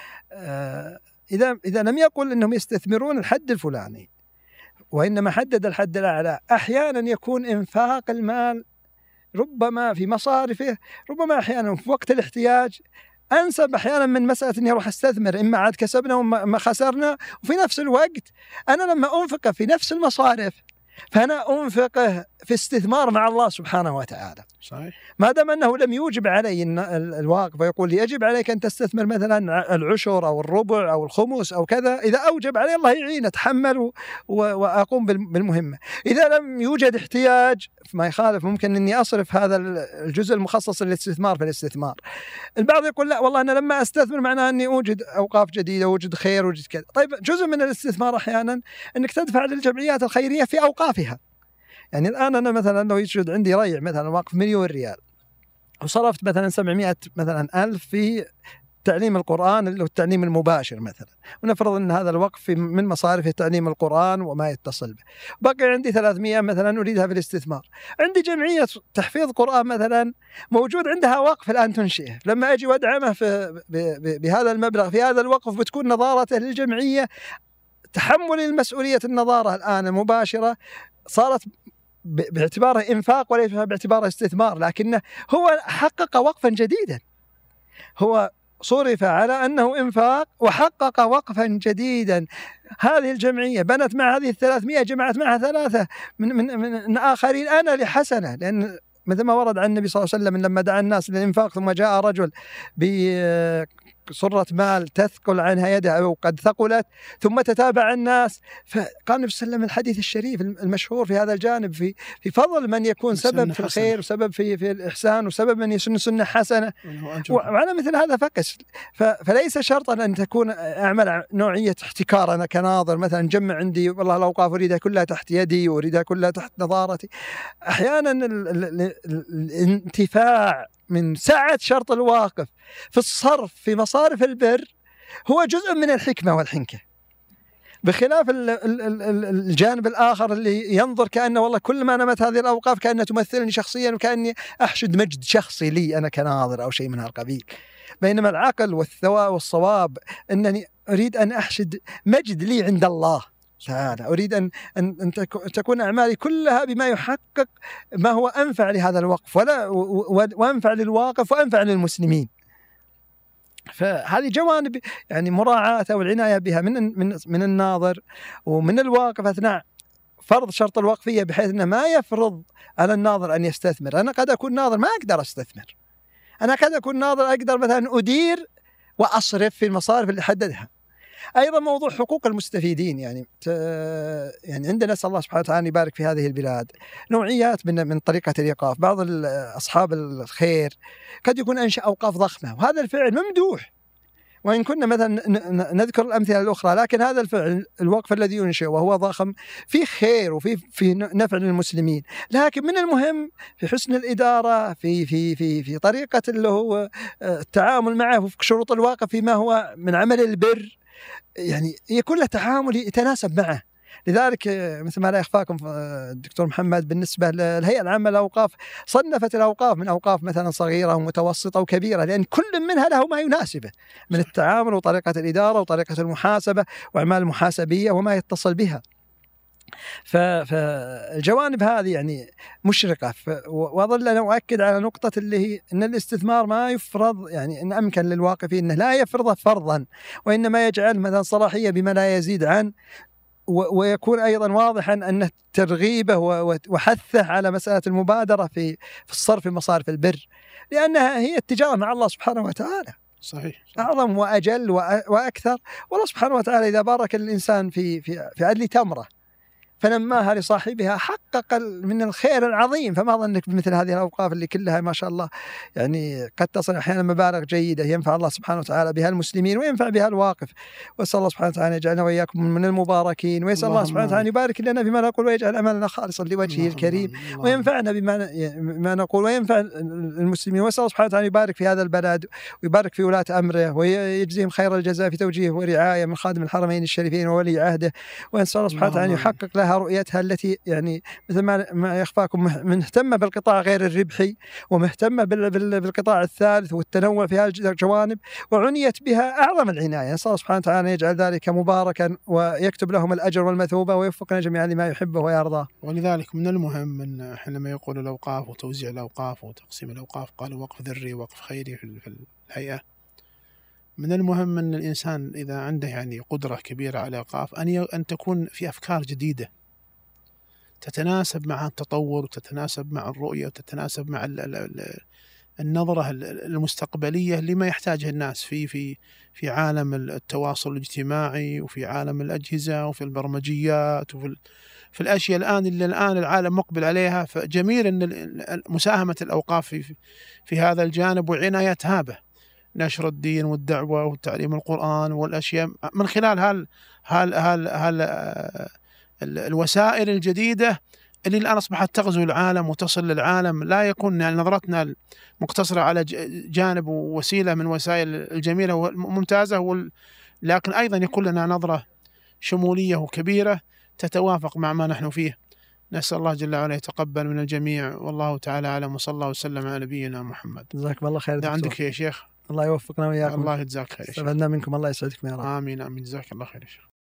إذا إذا لم يقل أنهم يستثمرون الحد الفلاني وإنما حدد الحد الأعلى، أحيانا يكون إنفاق المال ربما في مصارفه، ربما أحيانا في وقت الاحتياج أنسب أحيانا من مسألة أني أروح أستثمر، إما عاد كسبنا وما خسرنا. وفي نفس الوقت أنا لما أنفقه في نفس المصارف فأنا أنفقه في استثمار مع الله سبحانه وتعالى. صحيح. ما دام أنه لم يوجب علي الواقف ويقول يجب عليك أن تستثمر مثلا العشر أو الربع أو الخمس أو كذا، إذا أوجب علي الله يعين أتحمل وأقوم بالمهمة. إذا لم يوجد احتياج ما يخالف، ممكن أني أصرف هذا الجزء المخصص للاستثمار في الاستثمار. البعض يقول لا والله أنا لما أستثمر معناه أني أوجد أوقاف جديدة، أوجد خير، أوجد كذا. طيب جزء من الاستثمار أحيانا أنك تدفع للجمعيات الخيرية في أوقافها. يعني الآن أنا مثلا لو يوجد عندي ريع مثلا واقف مليون ريال وصرفت مثلا سبعمائة مثلا ألف في تعليم القرآن اللي هو التعليم المباشر مثلا، ونفرض أن هذا الوقف من مصارف تعليم القرآن وما يتصل به، بقي عندي ثلاثمائة مثلا أريدها في الاستثمار. عندي جمعية تحفيظ قرآن مثلا موجود عندها وقف الآن تنشئه، لما أجي وأدعمه في بهذا المبلغ في هذا الوقف بتكون نظارته للجمعية تحمل المسؤولية. النظارة الآن المباشرة صارت باعتباره إنفاق وليس باعتباره استثمار، لكنه هو حقق وقفا جديدا، هو صرف على أنه إنفاق وحقق وقفا جديدا. هذه الجمعية بنت مع هذه الثلاثمائة، جمعت معها ثلاثة من, من, من آخرين أنا لحسنة، لأن مثل ما ورد عن النبي صلى الله عليه وسلم لما دعا الناس للإنفاق ثم جاء رجل بصرة مال تثقل عنها يده أو قد ثقلت ثم تتابع الناس، فقال النبي صلى الله عليه وسلم الحديث الشريف المشهور في هذا الجانب في في فضل من يكون سبب في الخير وسبب في في الإحسان وسبب من يسن سنة حسنة. وعلى مثل هذا فكس، فليس شرطا أن تكون أعمل نوعية احتكار. أنا كناظر مثلا جمع عندي والله الأوقاف أريدها كلها تحت يدي وأريدها كلها تحت نظارتي. أحيانا الانتفاع من سعة شرط الواقف في الصرف في مصارف البر هو جزء من الحكمة والحنكة، بخلاف الجانب الآخر اللي ينظر كأنه والله كل ما نمت هذه الأوقاف كأنها تمثلني شخصيا وكأني أحشد مجد شخصي لي أنا كناظر أو شيء من هالقبيل. بينما العقل والثواء والصواب أنني أريد أن أحشد مجد لي عند الله تعالى، أريد أن أن تكون أعمالي كلها بما يحقق ما هو أنفع لهذا الوقف ولا وأنفع للواقف وأنفع للمسلمين. فهذه جوانب يعني مراعاة والعناية بها من من من الناظر ومن الواقف أثناء فرض شرط الوقفية، بحيث أنه ما يفرض على الناظر أن يستثمر. أنا قد أكون ناظر ما أقدر أستثمر، أنا قد أكون ناظر أقدر مثلا أدير وأصرف في المصارف اللي حددها. أيضا موضوع حقوق المستفيدين، يعني يعني عندنا نسأل الله سبحانه وتعالى يبارك في هذه البلاد نوعيات من من طريقة الإيقاف. بعض أصحاب الخير قد يكون أنشأ أوقاف ضخمة وهذا الفعل ممدوح، وإن كنا مثلا نذكر الأمثلة الأخرى، لكن هذا الفعل الوقف الذي ينشئ وهو ضخم فيه خير وفيه في نفع للمسلمين، لكن من المهم في حسن الإدارة في في في في طريقة اللي هو التعامل معه وفق شروط الواقف فيما هو من عمل البر، يعني يكون له تعامل يتناسب معه. لذلك مثل ما لا يخفاكم الدكتور محمد بالنسبة للهيئة العامة للأوقاف صنفت الأوقاف من أوقاف مثلا صغيرة ومتوسطة وكبيرة، لأن كل منها له ما يناسبه من التعامل وطريقة الإدارة وطريقة المحاسبة وأعمال المحاسبية وما يتصل بها. فالجوانب هذه يعني مشرقة. وأظل أنا أؤكد على نقطة اللي هي أن الاستثمار ما يفرض، يعني إن أمكن للواقفين أنه لا يفرضه فرضا، وإنما يجعل مثلا صلاحية بما لا يزيد عن، ويكون أيضا واضحا أن ترغيبه وحثه على مسألة المبادرة في في الصرف مصارف البر، لأنها هي التجارة مع الله سبحانه وتعالى. صحيح. أعظم وأجل وأكثر. والله سبحانه وتعالى إذا بارك الإنسان في في في عدل تمرة فنماها لصاحبها حقق من الخير العظيم. فما ظنك بمثل هذه الأوقاف اللي كلها ما شاء الله يعني قد تصل أحيانا مبالغ جيدة ينفع الله سبحانه وتعالى بها المسلمين وينفع بها الواقف. وأسأل الله سبحانه وتعالى يجعلنا وإياكم من المباركين، ويسأل الله سبحانه وتعالى يبارك لنا بما نقول ويجعل أملنا خالصا لوجهه الكريم، وينفعنا بما ما نقول وينفع المسلمين. وأسأل الله سبحانه وتعالى يبارك في هذا البلد ويبارك في ولاة أمره ويجزيهم خير الجزاء في توجيه ورعاية من خادم الحرمين الشريفين وولي عهده. وأسأل الله سبحانه وتعالى يحقق لها رؤيتها التي يعني مثل ما يخفاكم مهتمة بالقطاع غير الربحي، ومهتمة بالقطاع الثالث والتنوع في هذه الجوانب، وعنيت بها أعظم العناية. نسأل الله سبحانه وتعالى يجعل ذلك مباركا ويكتب لهم الأجر والمثوبة ويوفقنا جميعا لما يحبه ويرضاه. ولذلك من المهم أن حينما يقول الأوقاف وتوزيع الأوقاف وتقسيم الأوقاف قالوا وقف ذري وقف خيري في الهيئة، من المهم أن الإنسان إذا عنده يعني قدرة كبيرة على الأوقاف أن أن تكون في أفكار جديدة تتناسب مع التطور وتتناسب مع الرؤية وتتناسب مع النظرة المستقبلية لما يحتاجه الناس في في في عالم التواصل الاجتماعي وفي عالم الأجهزة وفي البرمجيات وفي في الأشياء الآن اللي الآن العالم مقبل عليها. فجميل أن مساهمة الأوقاف في في هذا الجانب وعنايتها به، نشر الدين والدعوة وتعليم القرآن والأشياء من خلال هال هال هال هال الوسائل الجديدة اللي الآن أصبحت تغزو العالم وتصل للعالم. لا يكون نظرتنا مقتصرة على جانب ووسيلة من وسائل الجميلة والممتازة، لكن أيضا يكون لنا نظرة شمولية وكبيرة تتوافق مع ما نحن فيه. نسأل الله جل وعلا يتقبل من الجميع، والله تعالى أعلم، وصلى الله وسلم على نبينا محمد. جزاكم الله خير. عندك يا شيخ؟ الله يوفقنا وإياكم. الله يجزاك خير. استفدنا منكم، الله يسعدكم يا رب. آمين آمين. جزاك الله خير يا شيخ.